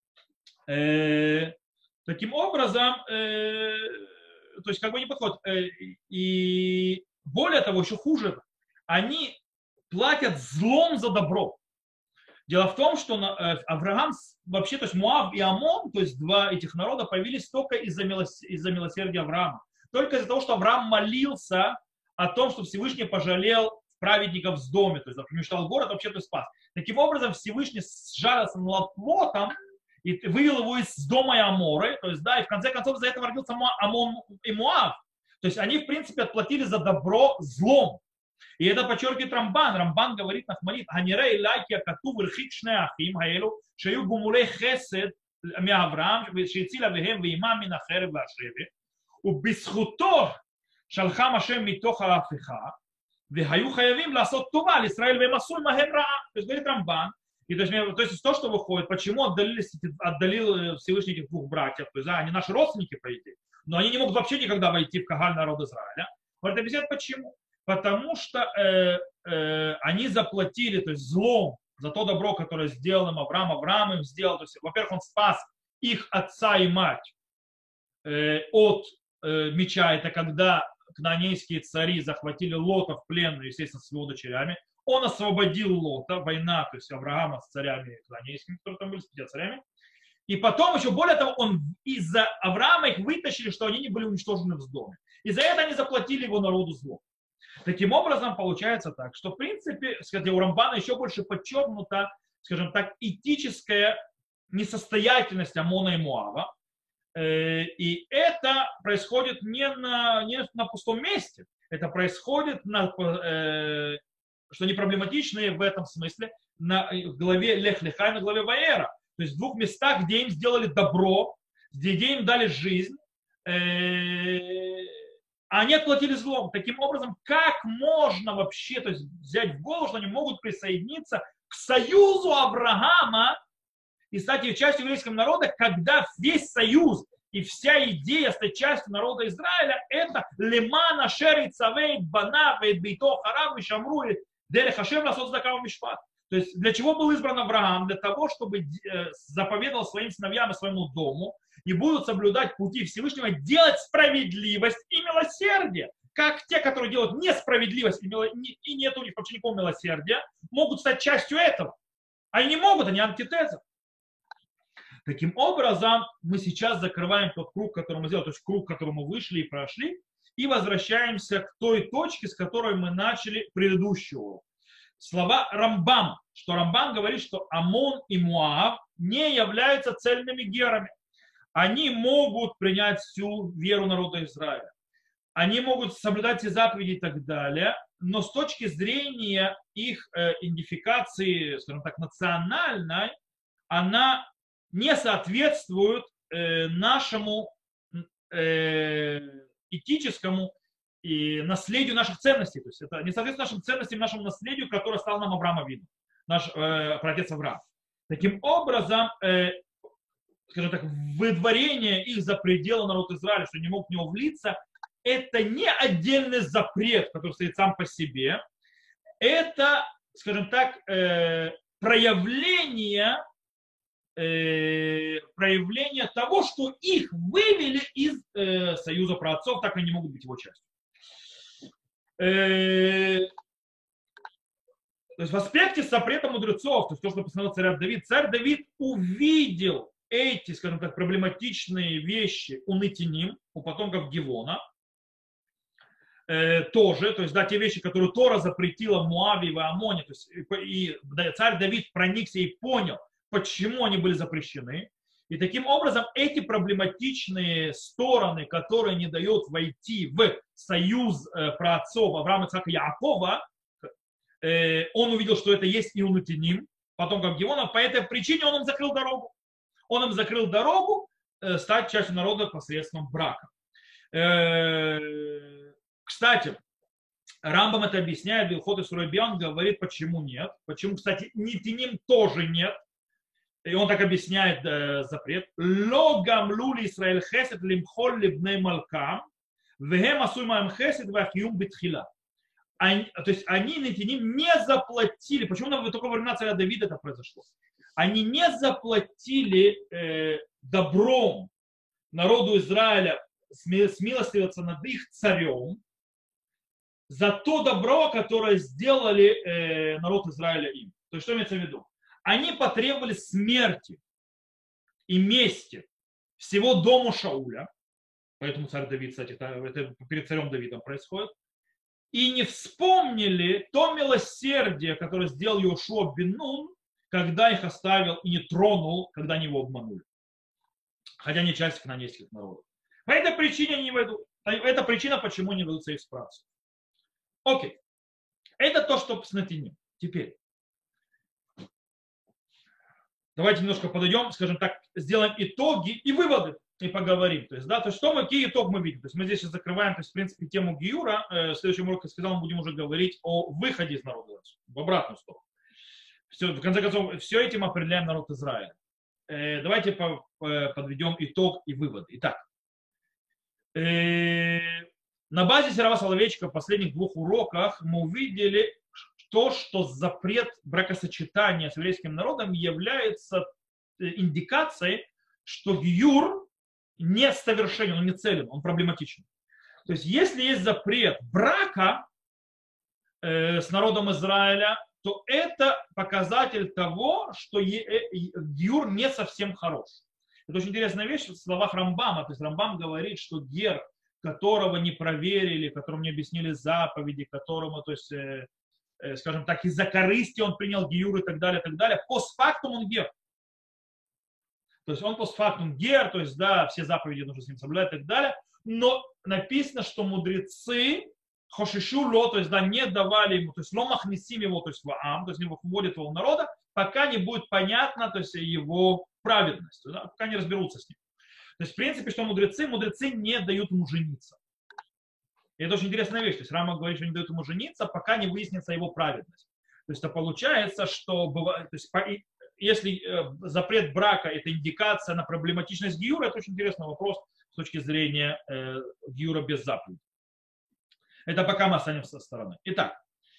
Таким образом, то есть как бы не подходит. И более того, еще хуже, они платят злом за добро. Дело в том, что Авраам, вообще, то есть Муав и Амон, то есть два этих народа, появились только из-за милосердия Авраама. Только из-за того, что Авраам молился о том, что Всевышний пожалел праведников в доме, то есть мечтал город, вообще-то спас. Таким образом, Всевышний сжалился над Лотом и вывел его из дома Аморы, то есть, да, и в конце концов из-за этого родился Амон и Муав. То есть они, в принципе, отплатили за добро злом. И это подчеркивает Рамбан. Рамбан говорит на Хмалит: «Ганирей лайки акату врхик шне ахим хаэлу, шею гумулей хесед миавраам, шейцила вехем веймам мин ахерев вашеве, убисхуто шалхам Ашем митох хаапиха, вехаю хаявим ласот това л'Исраэль вемасуй маhem раа». То есть говорит Рамбан. И то есть то, что выходит, почему отдалил Всевышний этих двух братьев, то есть да, они наши родственники, по идее, но они не могут вообще никогда войти в Кагаль народ Израиля. Говорит, объясняет почему. Потому что они заплатили, то есть злом, за то добро, которое сделал им Авраам. Авраам им сделал, то есть, во-первых, он спас их отца и мать от меча. Это когда кнаанейские цари захватили Лота в плен, естественно, с его дочерями. Он освободил Лота, война, то есть Авраама с царями кнаанейскими, которые там были, с 5 царями. И потом, еще более того, он из-за Авраама их вытащили, что они не были уничтожены в доме. И за это они заплатили его народу злом. Таким образом, получается так, что, в принципе, кстати, у Рамбана еще больше подчеркнута, скажем так, этическая несостоятельность Амона и Муава. И это происходит не на пустом месте. Это происходит, что не проблематично в этом смысле, в главе Лех Леха и на главе Ваера. То есть в двух местах, где им сделали добро, где им дали жизнь, а они отплатили злом. Таким образом, как можно вообще, то есть взять в голову, что они могут присоединиться к союзу Авраама и стать частью еврейского народа, когда весь союз и вся идея стать частью народа Израиля — это лемана шери цавейт бана вейт бейто харав и шамру дерех хашем ласот здакав мишпат. То есть для чего был избран Авраам? Для того, чтобы заповедовал своим сыновьям и своему дому и будут соблюдать пути Всевышнего, делать справедливость и милосердие. Как те, которые делают несправедливость и нет у них вообще никакого милосердия, могут стать частью этого. Они не могут, они антитеза. Таким образом, мы сейчас закрываем тот круг, который мы сделали, то есть круг, который мы вышли и прошли, и возвращаемся к той точке, с которой мы начали предыдущий урок. Слова Рамбам, что Рамбам говорит, что Амон и Муав не являются цельными герами. Они могут принять всю веру народа Израиля. Они могут соблюдать все заповеди и так далее, но с точки зрения их идентификации, скажем так, национальной, она не соответствует нашему этическому и наследию наших ценностей. То есть это не соответствует нашим ценностям, нашему наследию, которое стал нам Авраам Авину, наш праотец Авраам. Таким образом, скажем так, выдворение их за пределы народа Израиля, что не мог в него влиться, это не отдельный запрет, который стоит сам по себе. Это, скажем так, проявление того, что их вывели из союза праотцов, так они не могут быть его частью. То есть в аспекте запрета мудрецов, то есть то, что постановил царь Давид увидел эти, скажем так, проблематичные вещи у Нетиним, у потомков Гивона, тоже, то есть да, те вещи, которые Тора запретила в Моаве и в Амоне, то есть и царь Давид проникся и понял, почему они были запрещены. И таким образом эти проблематичные стороны, которые не дают войти в союз праотцов Авраама, Ицхака и Яакова, он увидел, что это есть и у Нетиним, потомков Гивона, по этой причине он им закрыл дорогу. Он им закрыл дорогу стать частью народа посредством брака. Кстати, Рамбам это объясняет, Билхот и Сурайбиан говорит, почему нет. Почему, кстати, Нетиним тоже нет. И он так объясняет запрет. Ло гамлули Исраэль хесед лимхол либней малкам, вехем асуй маем хесед вахиюм битхила. То есть они, Нетиним, не заплатили. Почему только во времена царя Давида это произошло? Они не заплатили добром народу Израиля смилостивиться над их царем за то добро, которое сделали народ Израиля им. То есть что имеется в виду? Они потребовали смерти и мести всего дому Шауля, поэтому царь Давид, кстати, это перед царем Давидом происходит, и не вспомнили то милосердие, которое сделал Йошуа бен Нун, когда их оставил и не тронул, когда они его обманули. Хотя они часть кнаанейских народов. По этой причине они ведут. Это причина, почему не ведут союз праотцов. Окей. Это то, что с Нетиним. Теперь. Давайте немножко подойдем, скажем так, сделаем итоги и выводы и поговорим. То есть, да, то есть, какие итоги мы видим? То есть мы здесь закрываем, то есть, в принципе, тему Гиюра. В следующем уроке, я сказал, мы будем уже говорить о выходе из народа в обратную сторону. Все, в конце концов, все этим определяем народ Израиля. Давайте подведем итог и выводы. Итак, на базе Серова Соловейчика в последних двух уроках мы увидели то, что запрет бракосочетания с еврейским народом является индикацией, что гиюр несовершенен, он не целен, он проблематичен. То есть, если есть запрет брака с народом Израиля, то это показатель того, что гиюр не совсем хорош. Это очень интересная вещь в словах Рамбама. То есть Рамбам говорит, что гер, которого не проверили, которому не объяснили заповеди, которому, то есть, скажем так, из-за корысти он принял гиюр и так далее, постфактум он гер. То есть он постфактум гер, то есть да, все заповеди нужно с ним соблюдать и так далее. Но написано, что мудрецы хошишу ло, то есть да, не давали ему, то есть ло махнисим его, то есть ваам, то есть не вводят его в народа, пока не будет понятно, то есть его праведность, да, пока не разберутся с ним. То есть в принципе, что мудрецы не дают ему жениться. И это очень интересная вещь. То есть Рама говорит, что не дают ему жениться, пока не выяснится его праведность. То есть это получается, что бывает, то есть, если запрет брака это индикация на проблематичность гиюра, это очень интересный вопрос с точки зрения гиюра без заповеди. Это пока мы останемся со стороны. Итак,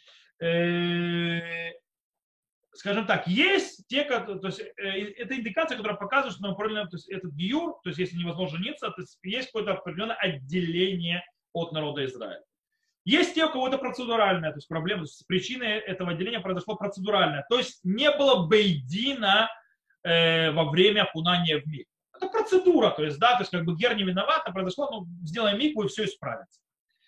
скажем так, есть те, то есть это индикация, которая показывает, что например, то есть этот гиюр, то есть если невозможно жениться, то есть какое-то определенное отделение от народа Израиля. Есть те, у кого это процедуральная, то есть проблема, то есть причиной этого отделения произошло процедуральное, то есть не было бейдина во время окунания в миг. Это процедура, то есть, да, то есть как бы гер не виноват, а произошло, ну, сделаем микву и все исправится.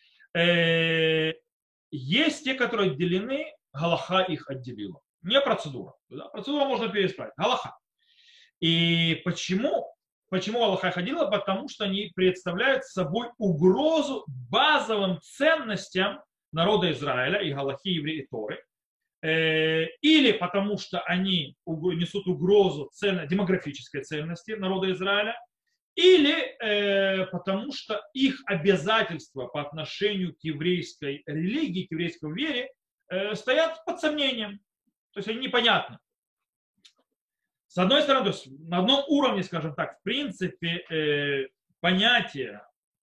Есть те, которые отделены, галаха их отделила. Не процедура. Да? Процедуру можно переисправить. Галаха. И почему? Почему Аллаха их отделила? Потому что они представляют собой угрозу базовым ценностям народа Израиля и галахи, евреи и Торы. Или потому что они несут угрозу демографической ценности народа Израиля, или потому что их обязательства по отношению к еврейской религии, к еврейской вере стоят под сомнением. То есть они непонятны. С одной стороны, то есть на одном уровне, скажем так, в принципе, понятие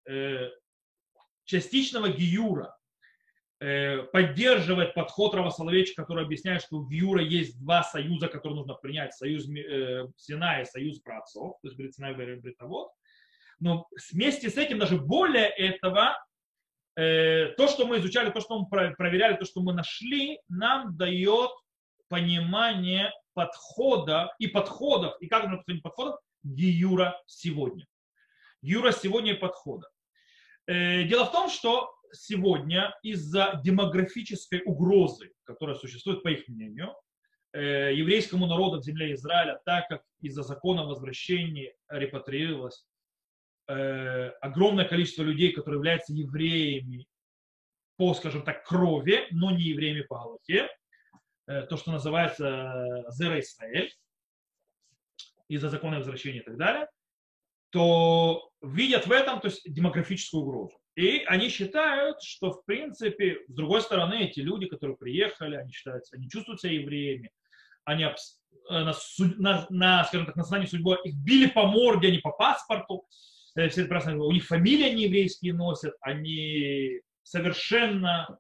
частичного гиюра поддерживает подход Рава Соловейчика, который объясняет, что у гиюра есть два союза, которые нужно принять. Союз Сина и союз праотцов, то есть Брит Синай и Брит Авот. Но вместе с этим, даже более этого, то, что мы изучали, то, что мы проверяли, то, что мы нашли, нам дает понимание подхода и подходов, и как нужно подходить подходов гиюра сегодня. Гиюра сегодня и подхода. Дело в том, что сегодня из-за демографической угрозы, которая существует, по их мнению, еврейскому народу в земле Израиля, так как из-за закона о возвращении репатриировалось огромное количество людей, которые являются евреями по, скажем так, крови, но не евреями по галахе, то, что называется Зера Исраэль, из-за закона возвращения и так далее, то видят в этом, то есть, демографическую угрозу. И они считают, что, в принципе, с другой стороны, эти люди, которые приехали, они чувствуют себя евреями, они скажем так, на основании судьбы их били по морде, а не по паспорту, все это прекрасно, у них фамилии не еврейские носят, они совершенно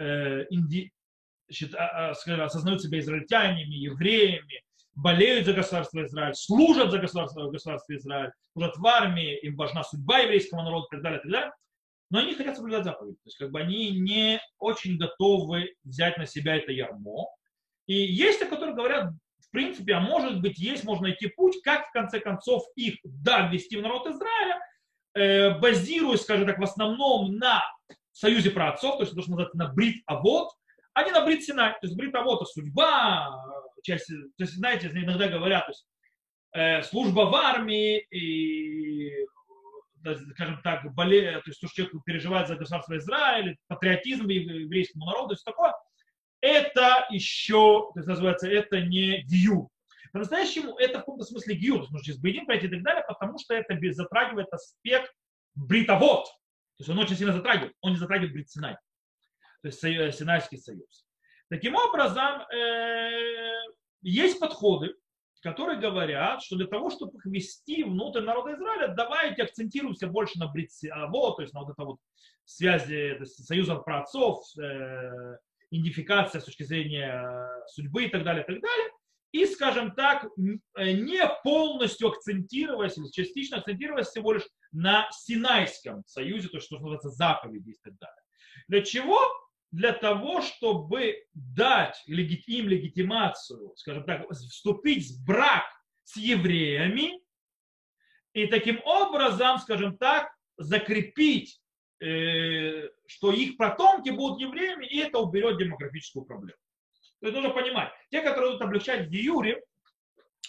осознают себя израильтянами, евреями, болеют за государство Израиль, служат за государство Израиль, служат в армии, им важна судьба еврейского народа и так далее, и так далее. Но они не хотят соблюдать заповеди. То есть как бы они не очень готовы взять на себя это ярмо. И есть те, которые говорят, в принципе, а может быть, можно найти путь, как в конце концов их, да, ввести в народ Израиля, базируясь, скажем так, в основном на союзе праотцов, то есть то, что называется на Брит Авот, а не на Брит Синай. То есть Брит Авот — судьба, часть, то есть, знаете, иногда говорят, то есть, служба в армии и, скажем так, то есть то, что человек переживает за государство Израиля, патриотизм еврейскому народу, то есть такое, это еще, то есть называется, это не гиюр. По-настоящему это в каком-то смысле гиюр, то есть нужно через бейдин пройти и так далее, потому что это затрагивает аспект Брит Авот. То есть он очень сильно затрагивает, он не затрагивает Брит Синай, то есть Синайский союз. Таким образом, есть подходы, которые говорят, что для того, чтобы их ввести внутрь народа Израиля, давайте акцентируемся больше на Брит Авот, то есть на вот это вот связи, то есть союза праотцов, идентификация с точки зрения судьбы и так далее, и так далее. И, скажем так, не полностью акцентировать, или частично акцентировать всего лишь на Синайском союзе, то есть, что называется, заповеди и так далее. Для чего? Для того, чтобы дать им легитимацию, скажем так, вступить в брак с евреями и таким образом, скажем так, закрепить, что их потомки будут евреями, и это уберет демографическую проблему. То есть нужно понимать, те, которые будут облегчать в гиюре,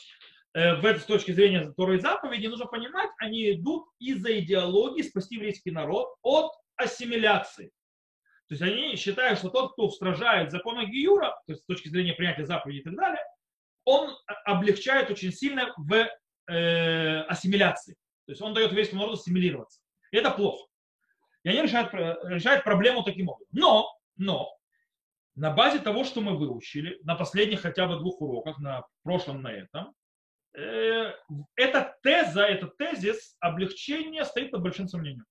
с точки зрения Торы и заповедей, нужно понимать, они идут из-за идеологии спасти еврейский народ от ассимиляции. То есть они считают, что тот, кто устражает законы Гиюра, то есть с точки зрения принятия заповедей и так далее, он облегчает очень сильно в ассимиляции. То есть он дает еврейскому народу ассимилироваться. И это плохо. И они решают проблему таким образом. Но на базе того, что мы выучили на последних хотя бы 2 уроках, на прошлом, на этом, эта теза, этот тезис облегчения стоит под большим сомнением.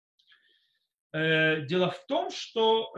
Дело в том, что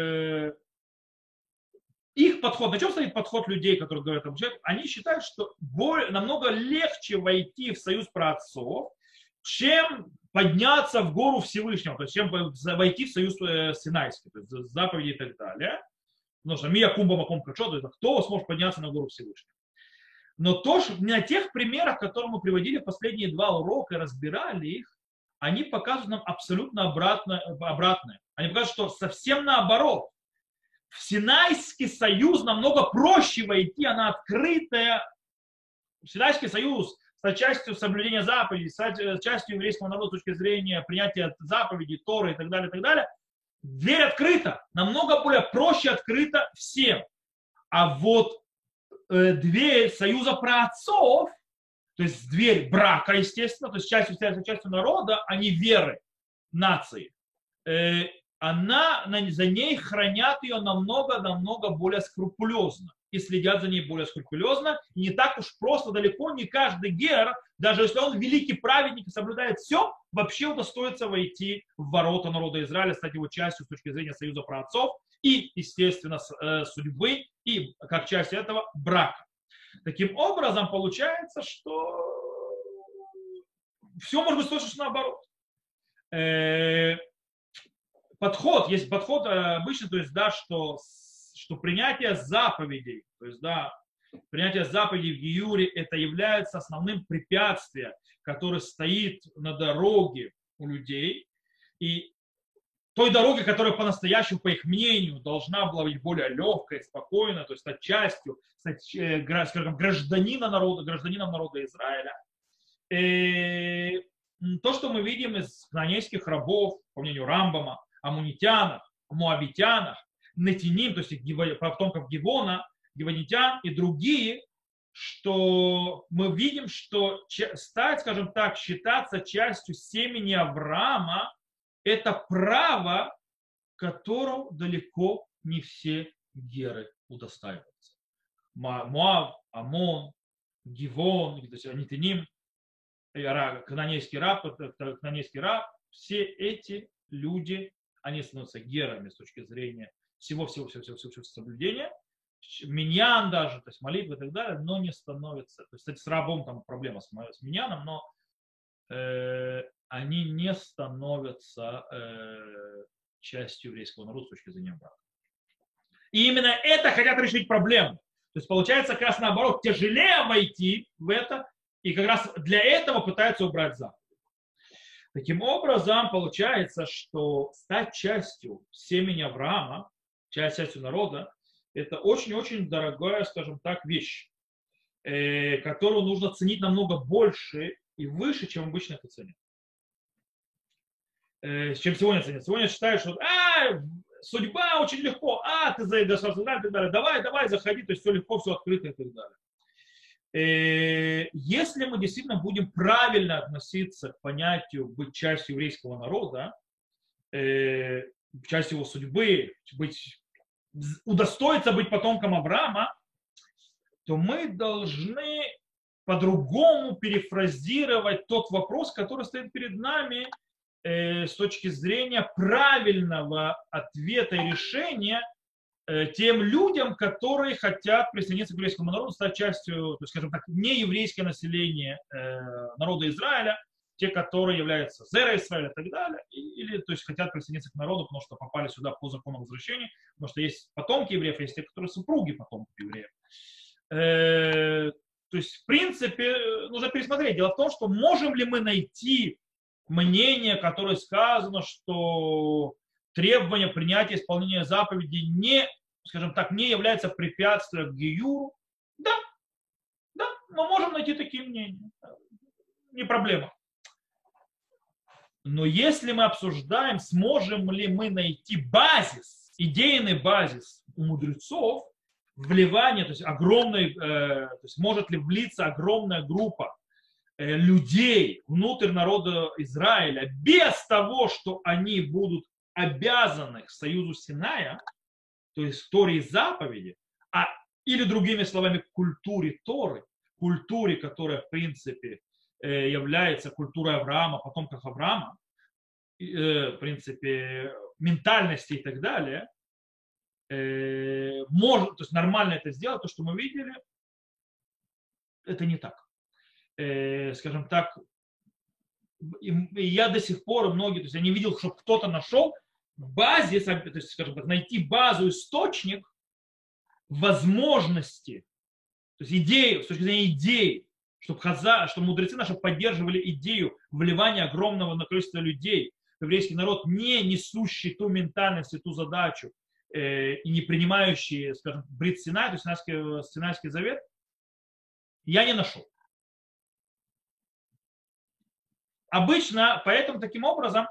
их подход, на чем стоит подход людей, которые говорят об этом, они считают, что намного легче войти в союз праотцов, чем подняться в гору Всевышнего, то есть чем войти в союз Синайский, то есть заповеди и так далее. Потому что Мия Кумба Маком Качо, это кто сможет подняться на гору Всевышнего. Но то, что на тех примерах, которые мы приводили в последние 2 урока и разбирали их, они показывают нам абсолютно обратное. Они показывают, что совсем наоборот. В Синайский союз намного проще войти, она открытая. Синайский союз с частью соблюдения заповедей, с частью еврейского народа с точки зрения принятия заповедей, Торы и так далее, дверь открыта, намного более проще открыта всем. А вот дверь союза праотцов, то есть дверь брака, естественно, то есть частью народа, а не веры нации, за ней хранят ее намного более скрупулезно и следят за ней более скрупулезно. И не так уж просто, далеко не каждый гер, даже если он великий праведник и соблюдает все, вообще удостоится войти в ворота народа Израиля, стать его частью с точки зрения союза праотцов и, естественно, судьбы, и как часть этого брака. Таким образом, получается, что все может быть точно наоборот. Есть подход обычно, то есть, да, что принятие заповедей, то есть, да, принятие заповедей в Гиюре, это является основным препятствием, которое стоит на дороге у людей, и той дороге, которая по-настоящему, по их мнению, должна была быть более легкой, спокойной, то есть стать частью, скажем, гражданином народа Израиля. И то, что мы видим из хананейских рабов, по мнению Рамбама, амунитянах, моабитянах, нетиним, то есть потомков Гивона, гивонитян и другие, что мы видим, что стать, скажем так, считаться частью семени Авраама, это право, которым далеко не все геры удостаиваются. Моав, Амон, Гивон, нетиним, хананейский раб, все эти люди, они становятся герами с точки зрения всего соблюдения, миньян даже, то есть молитвы и так далее, но не становятся, то есть, кстати, с рабом там проблема с миньяном, но они не становятся частью еврейского народа с точки зрения брака. И именно это хотят решить проблему. То есть получается как раз наоборот, тяжелее войти в это, и как раз для этого пытаются убрать заповедь. Таким образом, получается, что стать частью семени Авраама, частью народа, это очень-очень дорогая, скажем так, вещь, которую нужно ценить намного больше и выше, чем обычно это ценят. Чем сегодня ценят. Сегодня считают, что судьба очень легко, ты заигрался и так далее, давай, заходи, то есть все легко, все открыто и так далее. Если мы действительно будем правильно относиться к понятию быть частью еврейского народа, частью его судьбы, удостоиться быть потомком Авраама, то мы должны по-другому перефразировать тот вопрос, который стоит перед нами с точки зрения правильного ответа и решения тем людям, которые хотят присоединиться к еврейскому народу, стать частью, то есть, скажем так, нееврейское население народа Израиля, те, которые являются зера Израиля и так далее, или то есть, хотят присоединиться к народу, потому что попали сюда по закону возвращения, потому что есть потомки евреев, есть те, которые супруги потомков евреев. То есть, в принципе, нужно пересмотреть. Дело в том, что можем ли мы найти мнение, которое сказано, что требование принятия исполнения заповедей не, скажем так, не является препятствием к гиюру. Да, Мы можем найти такие мнения. Не проблема. Но если мы обсуждаем, сможем ли мы найти базис, идейный базис у мудрецов, вливание, то есть огромный, то есть может ли влиться огромная группа людей внутрь народа Израиля без того, что они будут обязаны к союзу Синая, то есть Торе и заповеди, или другими словами к культуре Торы, культуре, которая в принципе является культурой Авраама, потомков Авраама, в принципе, ментальности и так далее, может, то есть нормально это сделать, то, что мы видели, это не так. Скажем так, и я до сих пор, многие, то есть я не видел, чтобы кто-то нашел базис, то есть, скажем так, найти базу, источник возможности, то есть идеи, с точки зрения идеи, чтобы мудрецы наши поддерживали идею вливания огромного количества людей в еврейский народ, не несущий ту ментальность и ту задачу, и не принимающий, скажем, Брит Синай, то есть Синайский завет, я не нашел. Обычно, поэтому таким образом,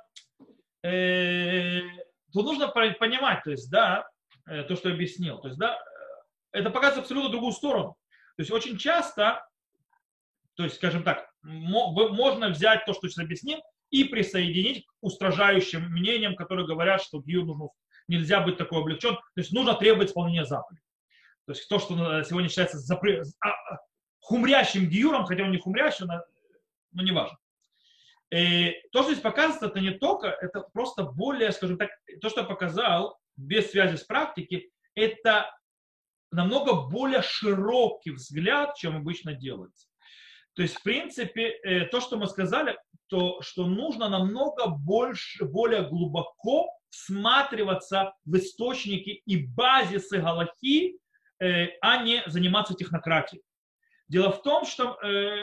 тут нужно понимать, то есть, да, то, что я объяснил, то есть, да, это показывает абсолютно другую сторону. То есть очень часто, то есть, скажем так, можно взять то, что сейчас объяснил, и присоединить к устражающим мнениям, которые говорят, что гиюр нельзя быть такой облегчен, то есть нужно требовать исполнения заповедей. То есть то, что сегодня считается хумрящим гиюром, хотя он не хумрящий, но не важно. И то, что здесь показывается, это не только, это просто более, скажем так, то, что я показал, без связи с практикой, это намного более широкий взгляд, чем обычно делается. То есть, в принципе, то, что мы сказали, то, что нужно намного больше, более глубоко всматриваться в источники и базисы галахи, а не заниматься технократией. Дело в том, что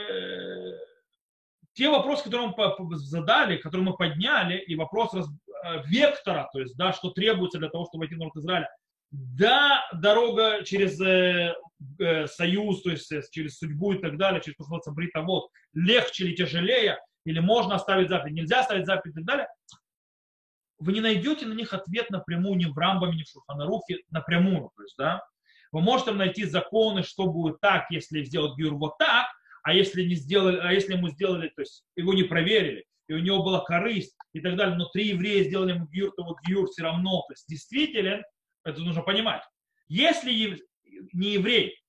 те вопросы, которые мы задали, которые мы подняли, и вопрос вектора, то есть, да, что требуется для того, чтобы войти в народ Израиля, да, дорога через союз, то есть через судьбу и так далее, через то, что называется бритовод, легче или тяжелее, или можно оставить заповедь, нельзя оставить заповедь и так далее, вы не найдете на них ответ напрямую ни в Рамбаме, ни в Шулхан Арухе, напрямую. То есть, да, вы можете найти законы, что будет так, если сделать гиюр вот так, а если не сделали, а если ему сделали, то есть его не проверили, и у него была корысть и так далее, но 3 еврея сделали ему гиюр, то вот гиюр все равно, то есть действительно, это нужно понимать. Если не еврей,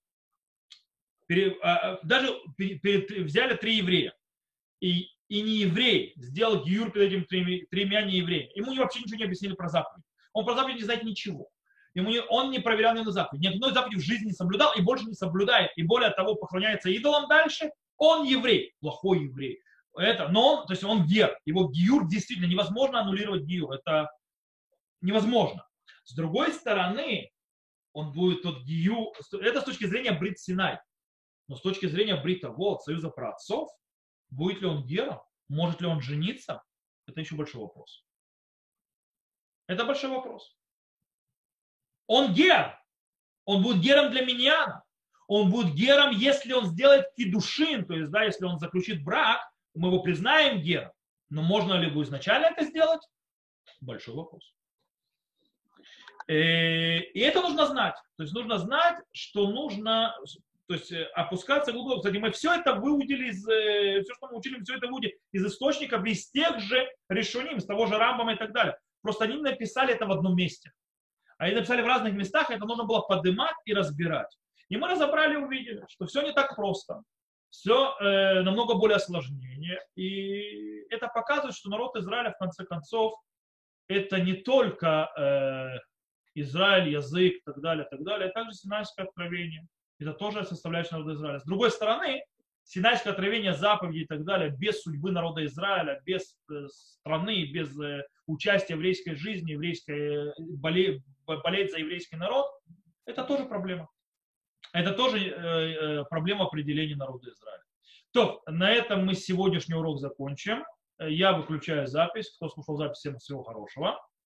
даже взяли 3 еврея, и не еврей сделал гиюр перед этими 3 неевреями, ему вообще ничего не объяснили про заповедь. Он про заповедь не знает ничего. Он не проверял ни на заповедь. Ни одной заповеди в жизни не соблюдал и больше не соблюдает. И более того, поклоняется идолам дальше. Он еврей, плохой еврей. Но то есть он гер. Его гиюр действительно невозможно аннулировать гиюр. Это невозможно. С другой стороны, он будет тот гиюр. Это с точки зрения Брит Синай. Но с точки зрения Брита Вод, союза праотцов, будет ли он гером? Может ли он жениться? Это еще большой вопрос. Это большой вопрос. Он гер. Он будет гером для миньяна. Он будет гером, если он сделает кидушин, то есть, да, если он заключит брак, мы его признаем гером. Но можно ли будет изначально это сделать? Большой вопрос. И это нужно знать. То есть нужно знать, что нужно, то есть опускаться глубоко. Кстати, мы все это выудили все, что мы учили, все это выудили из источников, из тех же решуним, из того же Рамбама и так далее. Просто они написали это в одном месте. Они написали в разных местах, это нужно было поднимать и разбирать. И мы разобрали и увидели, что все не так просто. Все намного более осложнение. И это показывает, что народ Израиля, в конце концов, это не только Израиль, язык и так далее, а также Синайское откровение. Это тоже составляющая народа Израиля. С другой стороны, Синайское откровение, заповеди и так далее, без судьбы народа Израиля, без страны, без участия в еврейской жизни, болеть за еврейский народ, это тоже проблема. Это тоже проблема определения народа Израиля. То, на этом мы сегодняшний урок закончим. Я выключаю запись. Кто слушал запись, всем всего хорошего.